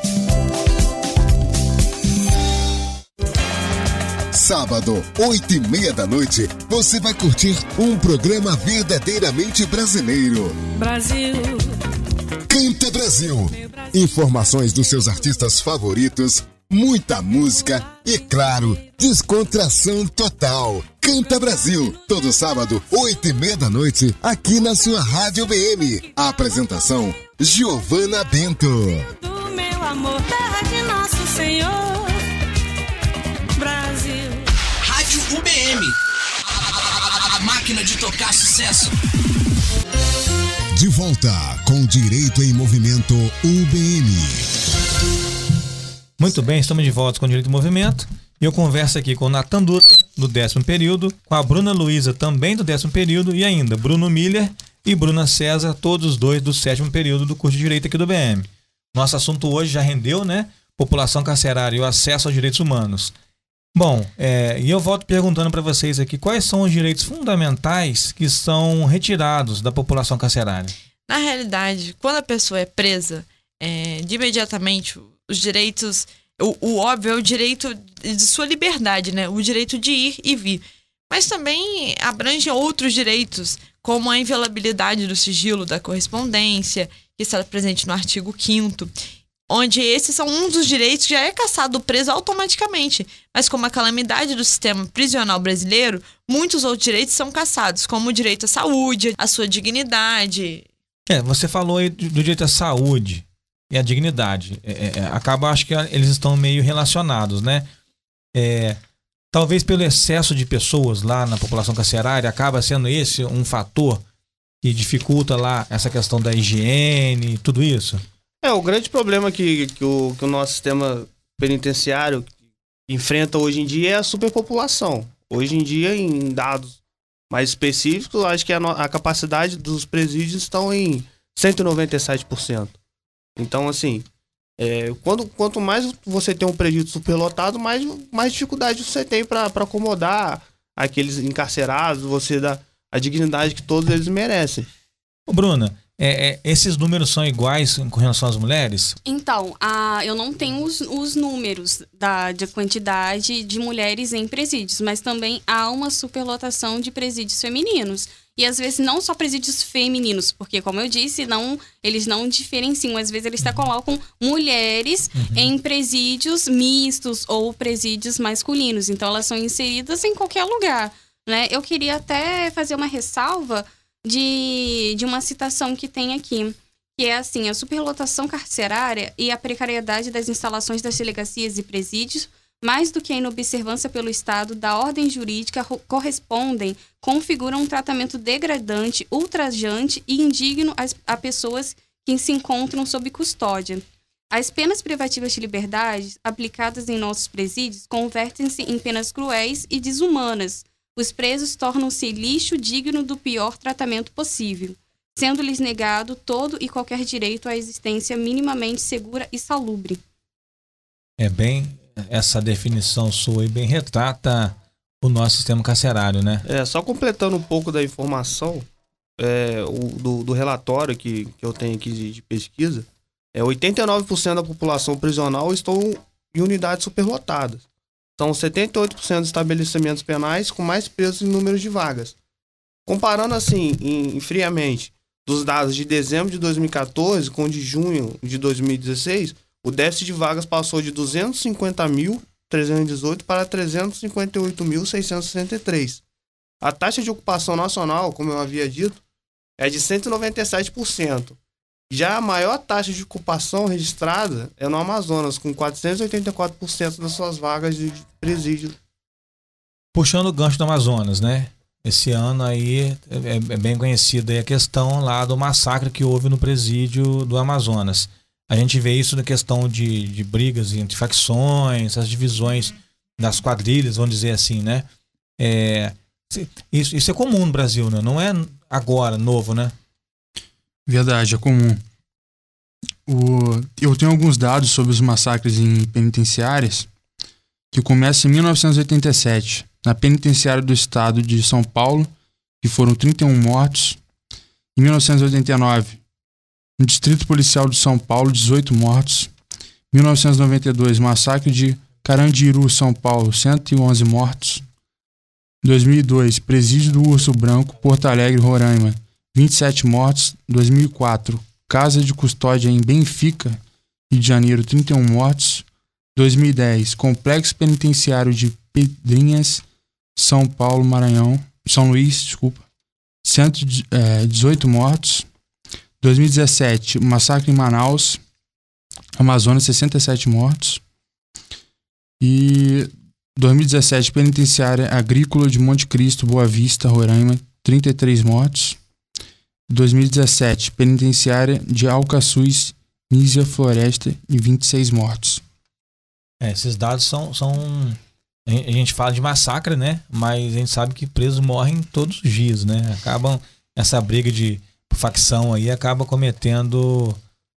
Sábado, oito e meia da noite, você vai curtir um programa verdadeiramente brasileiro. Brasil. Canta Brasil. Informações dos seus artistas favoritos, muita música e, claro, descontração total. Canta Brasil, todo sábado, oito e meia da noite, aqui na sua Rádio U B M. A apresentação, Giovana Bento. Do meu amor, terra de nosso Senhor, Brasil. Rádio U B M, a, a máquina de tocar sucesso. De volta com Direito em Movimento U B M. Muito bem, estamos de volta com Direito em Movimento. E eu converso aqui com o Natan Dutra, do décimo período, com a Bruna Luiza, também do décimo período, e ainda Bruno Miller e Bruna César, todos os dois do sétimo período do curso de Direito aqui do U B M. Nosso assunto hoje já rendeu, né? População carcerária e o acesso aos direitos humanos. Bom, é, e eu volto perguntando para vocês aqui, quais são os direitos fundamentais que são retirados da população carcerária? Na realidade, quando a pessoa é presa, é, de imediatamente os direitos, o, o óbvio é o direito de sua liberdade, né? O direito de ir e vir. Mas também abrange outros direitos, como a inviolabilidade do sigilo da correspondência, que está presente no artigo quinto, onde esses são um dos direitos que já é cassado o preso automaticamente. Mas como a calamidade do sistema prisional brasileiro, muitos outros direitos são cassados, como o direito à saúde, à sua dignidade. É, você falou aí do direito à saúde e à dignidade. É, é, acaba, acho que eles estão meio relacionados, né? É, talvez pelo excesso de pessoas lá na população carcerária, acaba sendo esse um fator que dificulta lá essa questão da higiene e tudo isso? É, o grande problema que, que, o, que o nosso sistema penitenciário enfrenta hoje em dia é a superpopulação. Hoje em dia, em dados mais específicos, acho que a, a capacidade dos presídios estão em cento e noventa e sete por cento. Então, assim, é, quando, quanto mais você tem um presídio superlotado, mais, mais dificuldade você tem para acomodar aqueles encarcerados, você dá a dignidade que todos eles merecem. Ô, Bruna, É, é, esses números são iguais com relação às mulheres? Então, a, eu não tenho os, os números da de quantidade de mulheres em presídios, mas também há uma superlotação de presídios femininos. E às vezes não só presídios femininos, porque como eu disse, não, eles não diferenciam. Às vezes eles até colocam mulheres uhum. em presídios mistos ou presídios masculinos. Então elas são inseridas em qualquer lugar, né? Eu queria até fazer uma ressalva De, de uma citação que tem aqui, que é assim: a superlotação carcerária e a precariedade das instalações das delegacias e presídios, mais do que a inobservância pelo Estado da ordem jurídica, correspondem, configuram um tratamento degradante, ultrajante e indigno a, a pessoas que se encontram sob custódia. As penas privativas de liberdade aplicadas em nossos presídios convertem-se em penas cruéis e desumanas. Os presos tornam-se lixo digno do pior tratamento possível, sendo-lhes negado todo e qualquer direito à existência minimamente segura e salubre. É bem, essa definição sua aí bem retrata o nosso sistema carcerário, né? É, só completando um pouco da informação é, o, do, do relatório que, que eu tenho aqui de, de pesquisa, é, oitenta e nove por cento da população prisional estão em unidades superlotadas. São setenta e oito por cento dos estabelecimentos penais com mais presos em número de vagas. Comparando assim, em, em friamente, dos dados de dezembro de dois mil e quatorze com de junho de dois mil e dezesseis, o déficit de vagas passou de duzentos e cinquenta mil trezentos e dezoito para trezentos e cinquenta e oito mil seiscentos e sessenta e três. A taxa de ocupação nacional, como eu havia dito, é de cento e noventa e sete por cento. Já a maior taxa de ocupação registrada é no Amazonas, com quatrocentos e oitenta e quatro por cento das suas vagas de presídio. Puxando o gancho do Amazonas, né? Esse ano aí é, é bem conhecida aí a questão lá do massacre que houve no presídio do Amazonas. A gente vê isso na questão de, de brigas entre facções, as divisões das quadrilhas, vamos dizer assim, né? É, isso, isso é comum no Brasil, né? Não é agora, novo, né? Verdade, é comum. O, eu tenho alguns dados sobre os massacres em penitenciárias que começam em mil novecentos e oitenta e sete, na penitenciária do estado de São Paulo, que foram trinta e um mortos. Em mil novecentos e oitenta e nove, no Distrito Policial de São Paulo, dezoito mortos. mil novecentos e noventa e dois, massacre de Carandiru, São Paulo, cento e onze mortos. dois mil e dois, presídio do Urso Branco, Porto Alegre, Roraima, vinte e sete mortos. dois mil e quatro, casa de custódia em Benfica, Rio de Janeiro, trinta e um mortos. dois mil e dez, complexo penitenciário de Pedrinhas, São Paulo, Maranhão, São Luís, desculpa, cento e dezoito mortos. dois mil e dezessete, massacre em Manaus, Amazonas, sessenta e sete mortos. E dois mil e dezessete, penitenciária agrícola de Monte Cristo, Boa Vista, Roraima, trinta e três mortos. dois mil e dezessete, penitenciária de Alcaçuz, Nísia Floresta, e vinte e seis mortos. É, esses dados são, são... A gente fala de massacre, né? Mas a gente sabe que presos morrem todos os dias, né? Acabam... Essa briga de facção aí acaba cometendo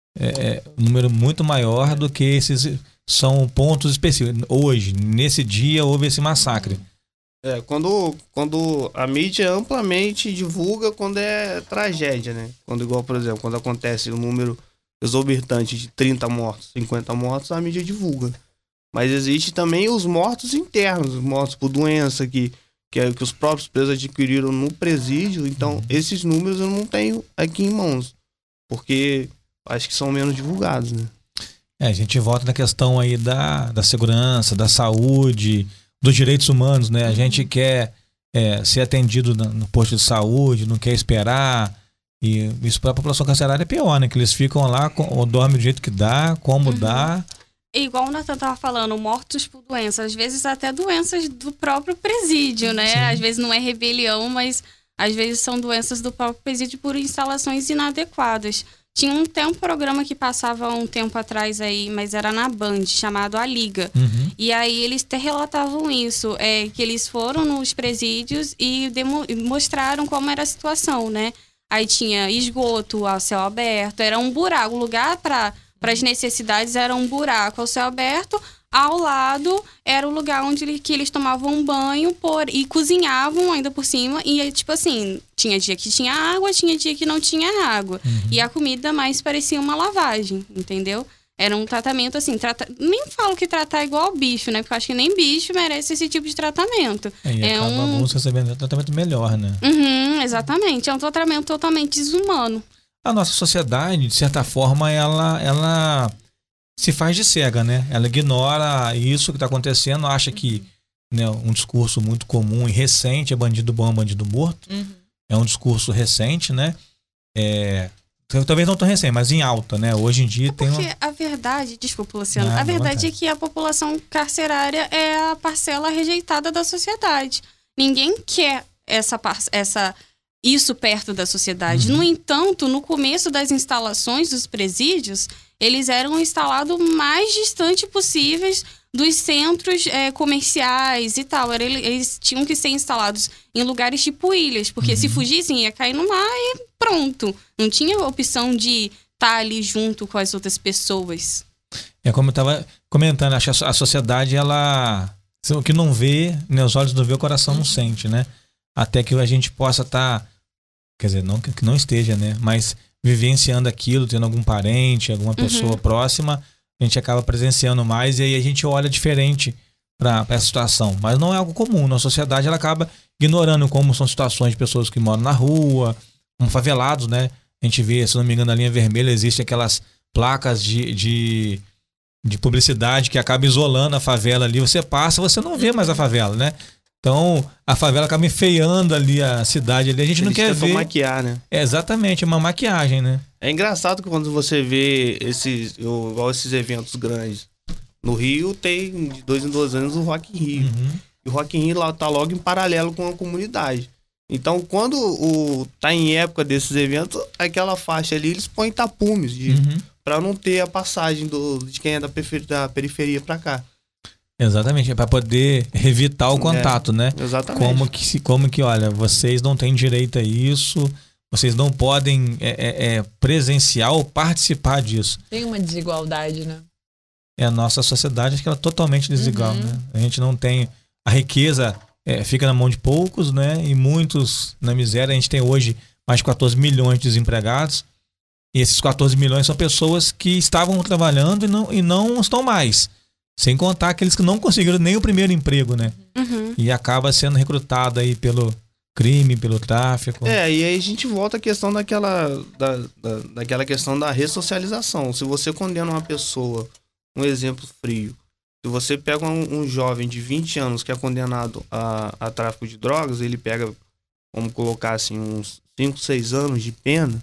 é, um número muito maior do que esses... São pontos específicos. Hoje, nesse dia, houve esse massacre. É, quando, quando a mídia amplamente divulga quando é tragédia, né? Quando, igual, por exemplo, quando acontece um número exorbitante de trinta mortos, cinquenta mortos, a mídia divulga. Mas existe também os mortos internos, os mortos por doença que, que, é, que os próprios presos adquiriram no presídio. Então, uhum. esses números eu não tenho aqui em mãos, porque acho que são menos divulgados, né? É, a gente volta na questão aí da, da segurança, da saúde, dos direitos humanos, né? A gente quer é, ser atendido no posto de saúde, não quer esperar. E isso para a população carcerária é pior, né? Que eles ficam lá, com, dormem do jeito que dá, como uhum. dá. Igual o Nathan estava falando, mortos por doenças. Às vezes até doenças do próprio presídio, né? Sim. Às vezes não é rebelião, mas às vezes são doenças do próprio presídio por instalações inadequadas. Tinha até um programa que passava um tempo atrás aí, mas era na Band, chamado A Liga. Uhum. E aí eles até relatavam isso, é, que eles foram nos presídios e demo- mostraram como era a situação, né? Aí tinha esgoto ao céu aberto, era um buraco, o lugar para as necessidades era um buraco ao céu aberto. Ao lado era o lugar onde ele, que eles tomavam banho por, e cozinhavam ainda por cima. E, tipo assim, tinha dia que tinha água, tinha dia que não tinha água. Uhum. E a comida mais parecia uma lavagem, entendeu? Era um tratamento assim, trata... nem falo que tratar igual bicho, né? Porque eu acho que nem bicho merece esse tipo de tratamento. É, e é acaba um alguns recebendo um tratamento melhor, né? Uhum, exatamente. É um tratamento totalmente desumano. A nossa sociedade, de certa forma, ela... ela... se faz de cega, né? Ela ignora isso que está acontecendo, acha que, né, um discurso muito comum e recente é bandido bom, bandido morto. Uhum. É um discurso recente, né? É, talvez não tão recente, mas em alta, né? Hoje em dia é tem porque uma... a verdade, desculpa, Luciano, ah, a verdade é que a população carcerária é a parcela rejeitada da sociedade. Ninguém quer essa, par- essa isso perto da sociedade. Uhum. No entanto, no começo das instalações dos presídios, eles eram instalados o mais distante possíveis dos centros é, comerciais e tal. Era, eles tinham que ser instalados em lugares tipo ilhas, porque uhum. se fugissem ia cair no mar e pronto. Não tinha opção de estar ali junto com as outras pessoas. É como eu estava comentando, acho que a sociedade, ela... o que não vê, né, os olhos não vê, o coração não sente, né? Até que a gente possa estar... Tá, quer dizer, não que não esteja, né? Mas... vivenciando aquilo, tendo algum parente, alguma pessoa uhum. próxima, a gente acaba presenciando mais e aí a gente olha diferente para essa situação, mas não é algo comum. Na sociedade ela acaba ignorando como são situações de pessoas que moram na rua, como favelados, né? A gente vê, se não me engano, na linha vermelha existem aquelas placas de, de, de publicidade que acabam isolando a favela ali. Você passa, você não vê mais a favela, né? Então, a favela acaba enfeiando ali a cidade ali. A gente Eles não quer ver. maquiar, né? É exatamente, uma maquiagem, né? É engraçado que quando você vê esses, igual esses eventos grandes. No Rio tem de dois em dois anos o Rock in Rio. Uhum. E o Rock in Rio lá tá logo em paralelo com a comunidade. Então, quando o, tá em época desses eventos, aquela faixa ali, eles põem tapumes de, Uhum. pra não ter a passagem do, de quem é da, periferia, da periferia pra cá. Exatamente, é para poder evitar o contato, É, né? exatamente. Como que, se- como que, olha, vocês não têm direito a isso, vocês não podem é, é, é, presenciar ou participar disso. Tem uma desigualdade, né? É a nossa sociedade, acho que ela é totalmente desigual, Uhum. né? A gente não tem... A riqueza é, fica na mão de poucos, né? E muitos na miséria. A gente tem hoje mais de quatorze milhões de desempregados. E esses quatorze milhões são pessoas que estavam trabalhando e não, e não estão mais. Sem contar aqueles que não conseguiram nem o primeiro emprego, né? Uhum. E acaba sendo recrutado aí pelo crime, pelo tráfico. É, e aí a gente volta à questão daquela, da, da, daquela questão da ressocialização. Se você condena uma pessoa, um exemplo frio, se você pega um, um jovem de vinte anos que é condenado a, a tráfico de drogas, ele pega, vamos colocar assim, uns cinco, seis anos de pena,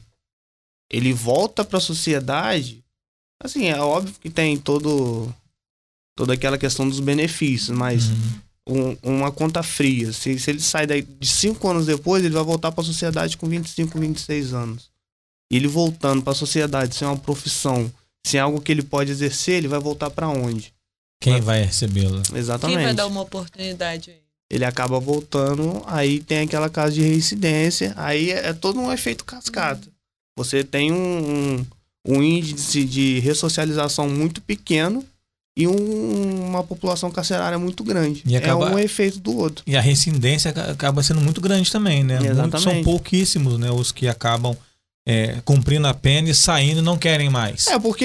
ele volta para a sociedade, assim, é óbvio que tem todo, toda aquela questão dos benefícios, mas Uhum. um- uma conta fria, se, se ele sai daí de cinco anos depois, ele vai voltar para a sociedade com vinte e cinco, vinte e seis anos. E ele voltando para a sociedade sem uma profissão, sem algo que ele pode exercer, ele vai voltar para onde? Quem vai recebê-lo? Exatamente. Quem vai dar uma oportunidade aí? Ele acaba voltando, aí tem aquela casa de reincidência, aí é, é todo um efeito cascata. Você tem um, um, um índice de ressocialização muito pequeno e um- uma população carcerária muito grande. E acaba- É um efeito do outro. E a reincidência aca- acaba sendo muito grande também, né? Muitos, são Exatamente. pouquíssimos, né? Os que acabam é, cumprindo a pena e saindo e não querem mais. É, porque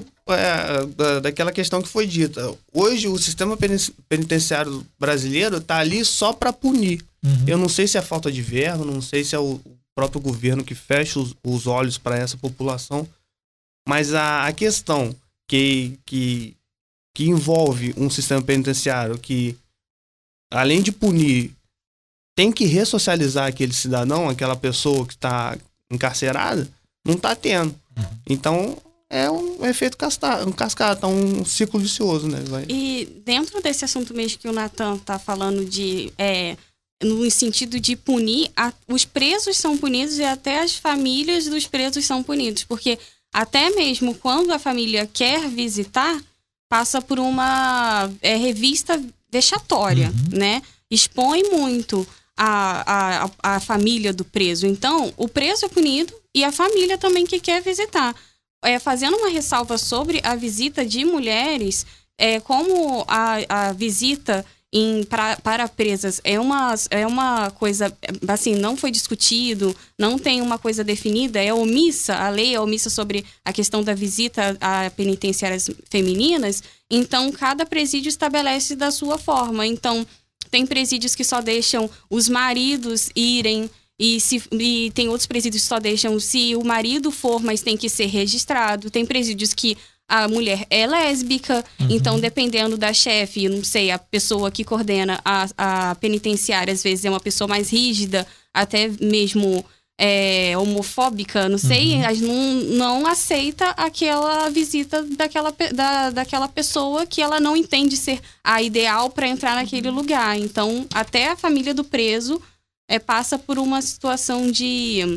é, da- daquela questão que foi dita. Hoje o sistema peni- penitenciário brasileiro tá ali só para punir. Uhum. Eu não sei se é falta de verba, não sei se é o próprio governo que fecha os, os olhos para essa população, mas a, a questão que, que, que envolve um sistema penitenciário que, além de punir, tem que ressocializar aquele cidadão, aquela pessoa que está encarcerada, não está tendo. Então, é um efeito cascata, um cascata, um ciclo vicioso, né? Vai- E dentro desse assunto mesmo que o Natan tá falando de... É, no sentido de punir, a- os presos são punidos e até as famílias dos presos são punidos. Porque até mesmo quando a família quer visitar, passa por uma é, revista vexatória, né? Expõe muito a, a, a família do preso. Então, o preso é punido e a família também que quer visitar. É, fazendo uma ressalva sobre a visita de mulheres, é, como a, a visita em, pra, para presas é uma, é uma coisa, assim, não foi discutido, não tem uma coisa definida, é omissa, a lei é omissa sobre a questão da visita a penitenciárias femininas, então cada presídio estabelece da sua forma. Então, tem presídios que só deixam os maridos irem, e, se, e tem outros presídios que só deixam se o marido for, mas tem que ser registrado. Tem presídios que a mulher é lésbica, Uhum. então dependendo da chefe, não sei, a pessoa que coordena a, a penitenciária, às vezes é uma pessoa mais rígida, até mesmo é, homofóbica, não sei, Uhum. mas não, não aceita aquela visita daquela, pe- da, daquela pessoa que ela não entende ser a ideal para entrar naquele lugar. Então, até a família do preso é, passa por uma situação de...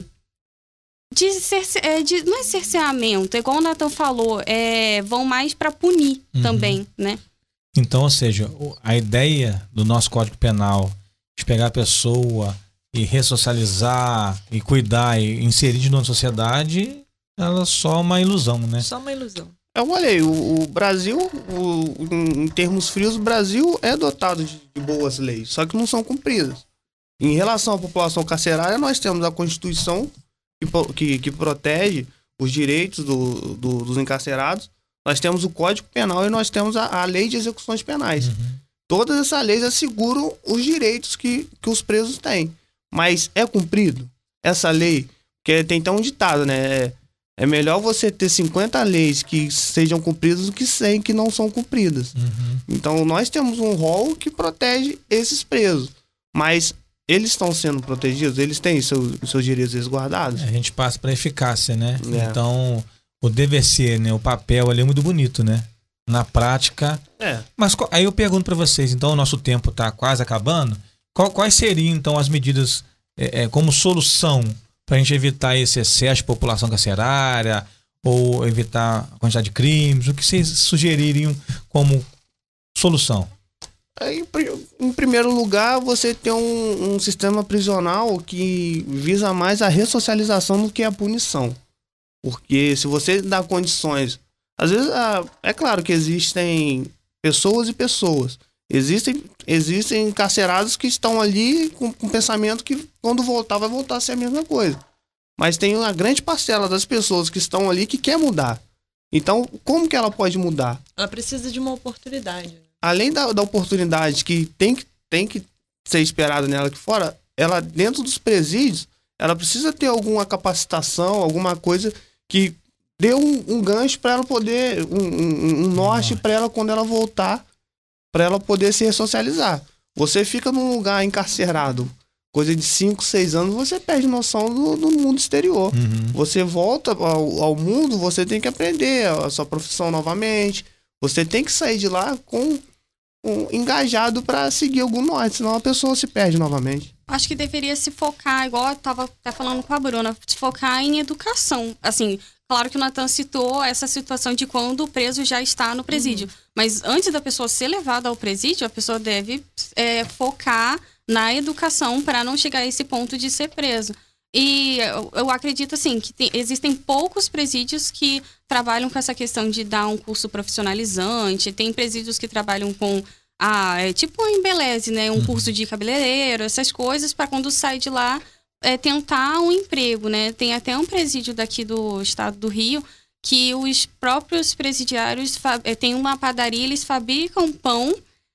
De, cerce, é, de não é cerceamento, é igual o Nathan falou, é, vão mais para punir Uhum. também, né? Então, ou seja, o- a ideia do nosso Código Penal de pegar a pessoa e ressocializar e cuidar e inserir de novo na sociedade, ela é só uma ilusão, né? Só uma ilusão. Eu olhei, o, o Brasil, o- em, em termos frios, o Brasil é dotado de, de boas leis, só que não são cumpridas. Em relação à população carcerária, nós temos a Constituição que, po- que, que protege os direitos do, do- dos encarcerados, nós temos o Código Penal e nós temos a, a Lei de Execuções Penais. Todas essas leis asseguram os direitos que, que os presos têm. Mas é cumprido essa lei? Porque tem até um ditado, né? É, é melhor você ter cinquenta leis que sejam cumpridas do que cem que não são cumpridas. Uhum. Então, nós temos um rol que protege esses presos. Mas eles estão sendo protegidos? Eles têm seus, seus direitos resguardados? A gente passa para eficácia, né? É. Então, o dever ser, né? O papel ali é muito bonito, né? Na prática... É. Mas aí eu pergunto para vocês, então o nosso tempo está quase acabando. Qual, quais seriam, então, as medidas é, é, como solução para a gente evitar esse excesso de população carcerária ou evitar a quantidade de crimes? O que vocês sugeririam como solução? Em, em primeiro lugar, você tem um, um sistema prisional que visa mais a ressocialização do que a punição. Porque se você dá condições... Às vezes, é claro que existem pessoas e pessoas. Existem, existem encarcerados que estão ali com, com pensamento que quando voltar vai voltar a ser a mesma coisa. Mas tem uma grande parcela das pessoas que estão ali que quer mudar. Então, como que ela pode mudar? Ela precisa de uma oportunidade. Além da, da oportunidade que tem, que tem que ser esperada nela aqui fora, ela dentro dos presídios, ela precisa ter alguma capacitação, alguma coisa que dê um, um gancho para ela poder, um, um, um norte para ela quando ela voltar, para ela poder se ressocializar. Você fica num lugar encarcerado, coisa de cinco, seis anos, você perde noção do, do mundo exterior. Uhum. Você volta ao, ao mundo, você tem que aprender a sua profissão novamente. Você tem que sair de lá com, com engajado para seguir algum norte, senão a pessoa se perde novamente. Acho que deveria se focar, igual eu estava até falando com a Bruna, se focar em educação. Assim, claro que o Natan citou essa situação de quando o preso já está no presídio. Uhum. Mas antes da pessoa ser levada ao presídio, a pessoa deve é, focar na educação para não chegar a esse ponto de ser preso. E eu, eu acredito, assim, que tem, existem poucos presídios que trabalham com essa questão de dar um curso profissionalizante. Tem presídios que trabalham com, ah, é, tipo em Beleze, né? Um curso de cabeleireiro, essas coisas, para quando sai de lá, é, tentar um emprego, né? Tem até um presídio daqui do estado do Rio que os próprios presidiários é, têm uma padaria, eles fabricam pão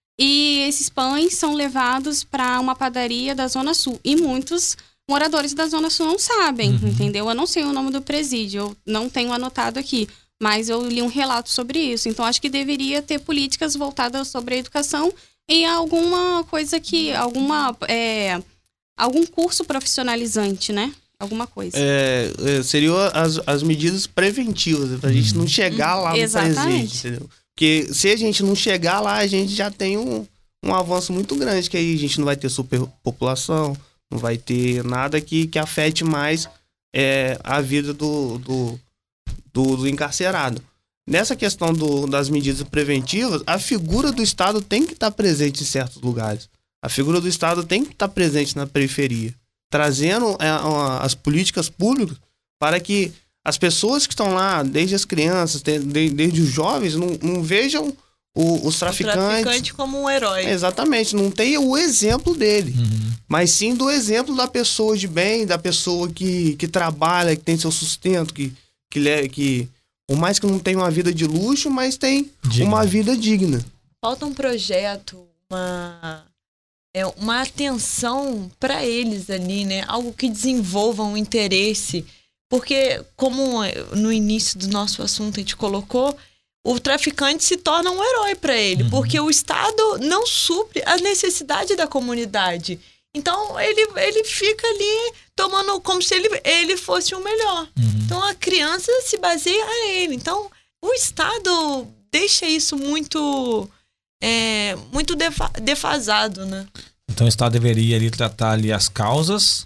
e esses pães são levados para uma padaria da Zona Sul. E muitos moradores da Zona Sul não sabem, uhum. entendeu? Eu não sei o nome do presídio, eu não tenho anotado aqui, mas eu li um relato sobre isso. Então, acho que deveria ter políticas voltadas sobre a educação e alguma coisa que, alguma, é, algum curso profissionalizante, né? Alguma coisa. É, seriam as, as medidas preventivas, pra uhum. gente não chegar lá no Exatamente. presídio, entendeu? Porque se a gente não chegar lá, a gente já tem um, um avanço muito grande, que aí a gente não vai ter superpopulação, não vai ter nada que, que afete mais é, a vida do, do, do, do encarcerado. Nessa questão do, das medidas preventivas, a figura do Estado tem que estar presente em certos lugares. A figura do Estado tem que estar presente na periferia, trazendo é, as políticas públicas para que as pessoas que estão lá, desde as crianças, desde, desde os jovens, não, não vejam O, os traficantes... O traficante como um herói. Exatamente, não tem o exemplo dele, Uhum. mas sim do exemplo da pessoa de bem, da pessoa que, que trabalha, que tem seu sustento, que, que, que por mais que não tenha uma vida de luxo, mas tem Digna. uma vida digna. Falta um projeto, uma, é, uma atenção para eles ali, né? Algo que desenvolva um interesse, porque como no início do nosso assunto a gente colocou, o traficante se torna um herói para ele, uhum. porque o Estado não supre a necessidade da comunidade. Então, ele, ele fica ali tomando como se ele, ele fosse o melhor. Uhum. Então, a criança se baseia a ele. Então, o Estado deixa isso muito, é, muito defa, defasado, né? Então, o Estado deveria ali tratar ali as causas,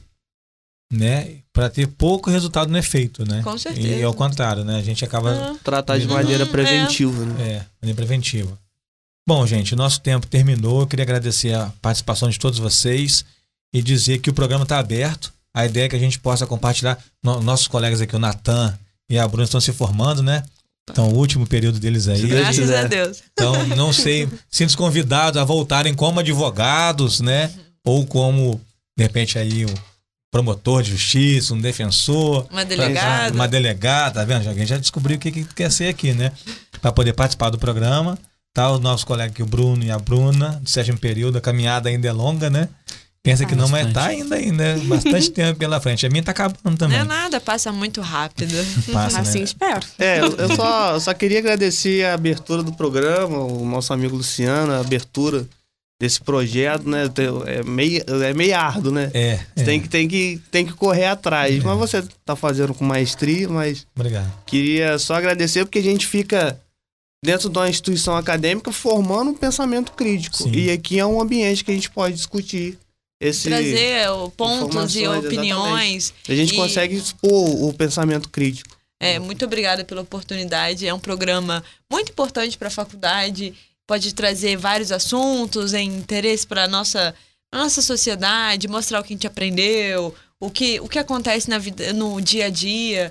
né, para ter pouco resultado no efeito, né? Com certeza. E ao contrário, né? A gente acaba... Uhum. Tratar de maneira preventiva, né? É, maneira preventiva. Bom, gente, o nosso tempo terminou. Eu queria agradecer a participação de todos vocês e dizer que o programa está aberto. A ideia é que a gente possa compartilhar. No, nossos colegas aqui, o Natan e a Bruna, estão se formando, né? Então, o último período deles aí. Graças a Deus. Então, não sei, sinto convidados a voltarem como advogados, né? Ou como, de repente, aí... Um, promotor de justiça, um defensor, uma delegada, uma delegada, tá vendo? Alguém já descobriu o que, que quer ser aqui, né? Para poder participar do programa. Tá os nossos colegas aqui, o Bruno e a Bruna, do sétimo período. A caminhada ainda é longa, né? Pensa que não, mas tá ainda, ainda bastante tempo pela frente. A minha tá acabando também. Não é nada, passa muito rápido. Passa, Assim né? espero. É, eu, eu só, eu só queria agradecer a abertura do programa, o nosso amigo Luciano, a abertura desse projeto, né? É meio, é meio árduo, né? É. é. Tem, que, tem, que, tem que correr atrás. É. Mas você tá fazendo com maestria, mas Obrigado. queria só agradecer porque a gente fica dentro de uma instituição acadêmica formando um pensamento crítico. Sim. E aqui é um ambiente que a gente pode discutir esse... Trazer o, pontos e informações, opiniões. A gente e... consegue expor o pensamento crítico. É, muito obrigada pela oportunidade. É um programa muito importante para a faculdade. Pode trazer vários assuntos em interesse para a nossa, nossa sociedade, mostrar o que a gente aprendeu, o que, o que acontece na vida, no dia a dia.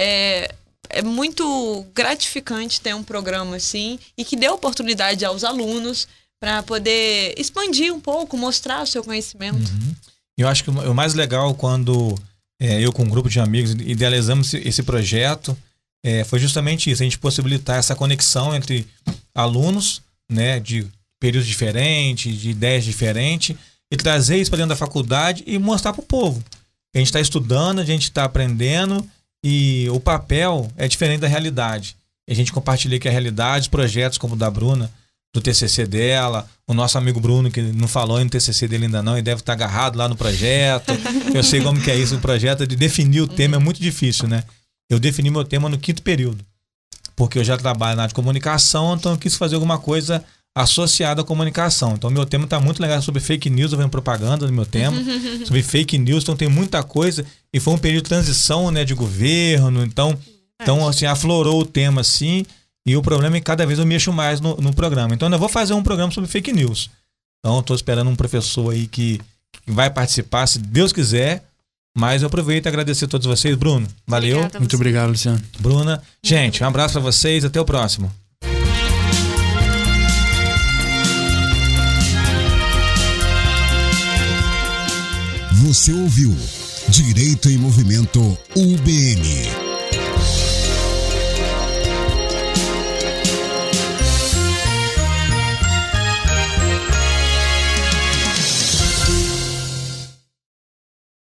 É, é muito gratificante ter um programa assim e que dê oportunidade aos alunos para poder expandir um pouco, mostrar o seu conhecimento. Uhum. Eu acho que o mais legal quando é, eu com um grupo de amigos idealizamos esse, esse projeto é, foi justamente isso, a gente possibilitar essa conexão entre alunos, né, de períodos diferentes, de ideias diferentes, e trazer isso para dentro da faculdade e mostrar para o povo. A gente está estudando, a gente está aprendendo e o papel é diferente da realidade. A gente compartilha aqui a realidade, projetos como o da Bruna, do T C C dela, o nosso amigo Bruno, que não falou no T C C dele ainda não, e deve estar agarrado lá no projeto. Eu sei como que é isso, o projeto de definir o tema é muito difícil, né? Eu defini meu tema no quinto período, porque eu já trabalho na área de comunicação, então eu quis fazer alguma coisa associada à comunicação. Então meu tema está muito legal sobre fake news, eu venho propaganda no meu tema, sobre fake news, então tem muita coisa, e foi um período de transição, né, de governo, então, então assim, aflorou o tema assim. E o problema é que cada vez eu mexo mais no, no programa. Então eu vou fazer um programa sobre fake news. Então estou esperando um professor aí que, que vai participar, se Deus quiser. Mas eu aproveito e agradecer a todos vocês. Bruno, valeu. Obrigada, Muito obrigado, Luciano. Bruna. Gente, um abraço para vocês. Até o próximo. Você ouviu Direito em Movimento U B M.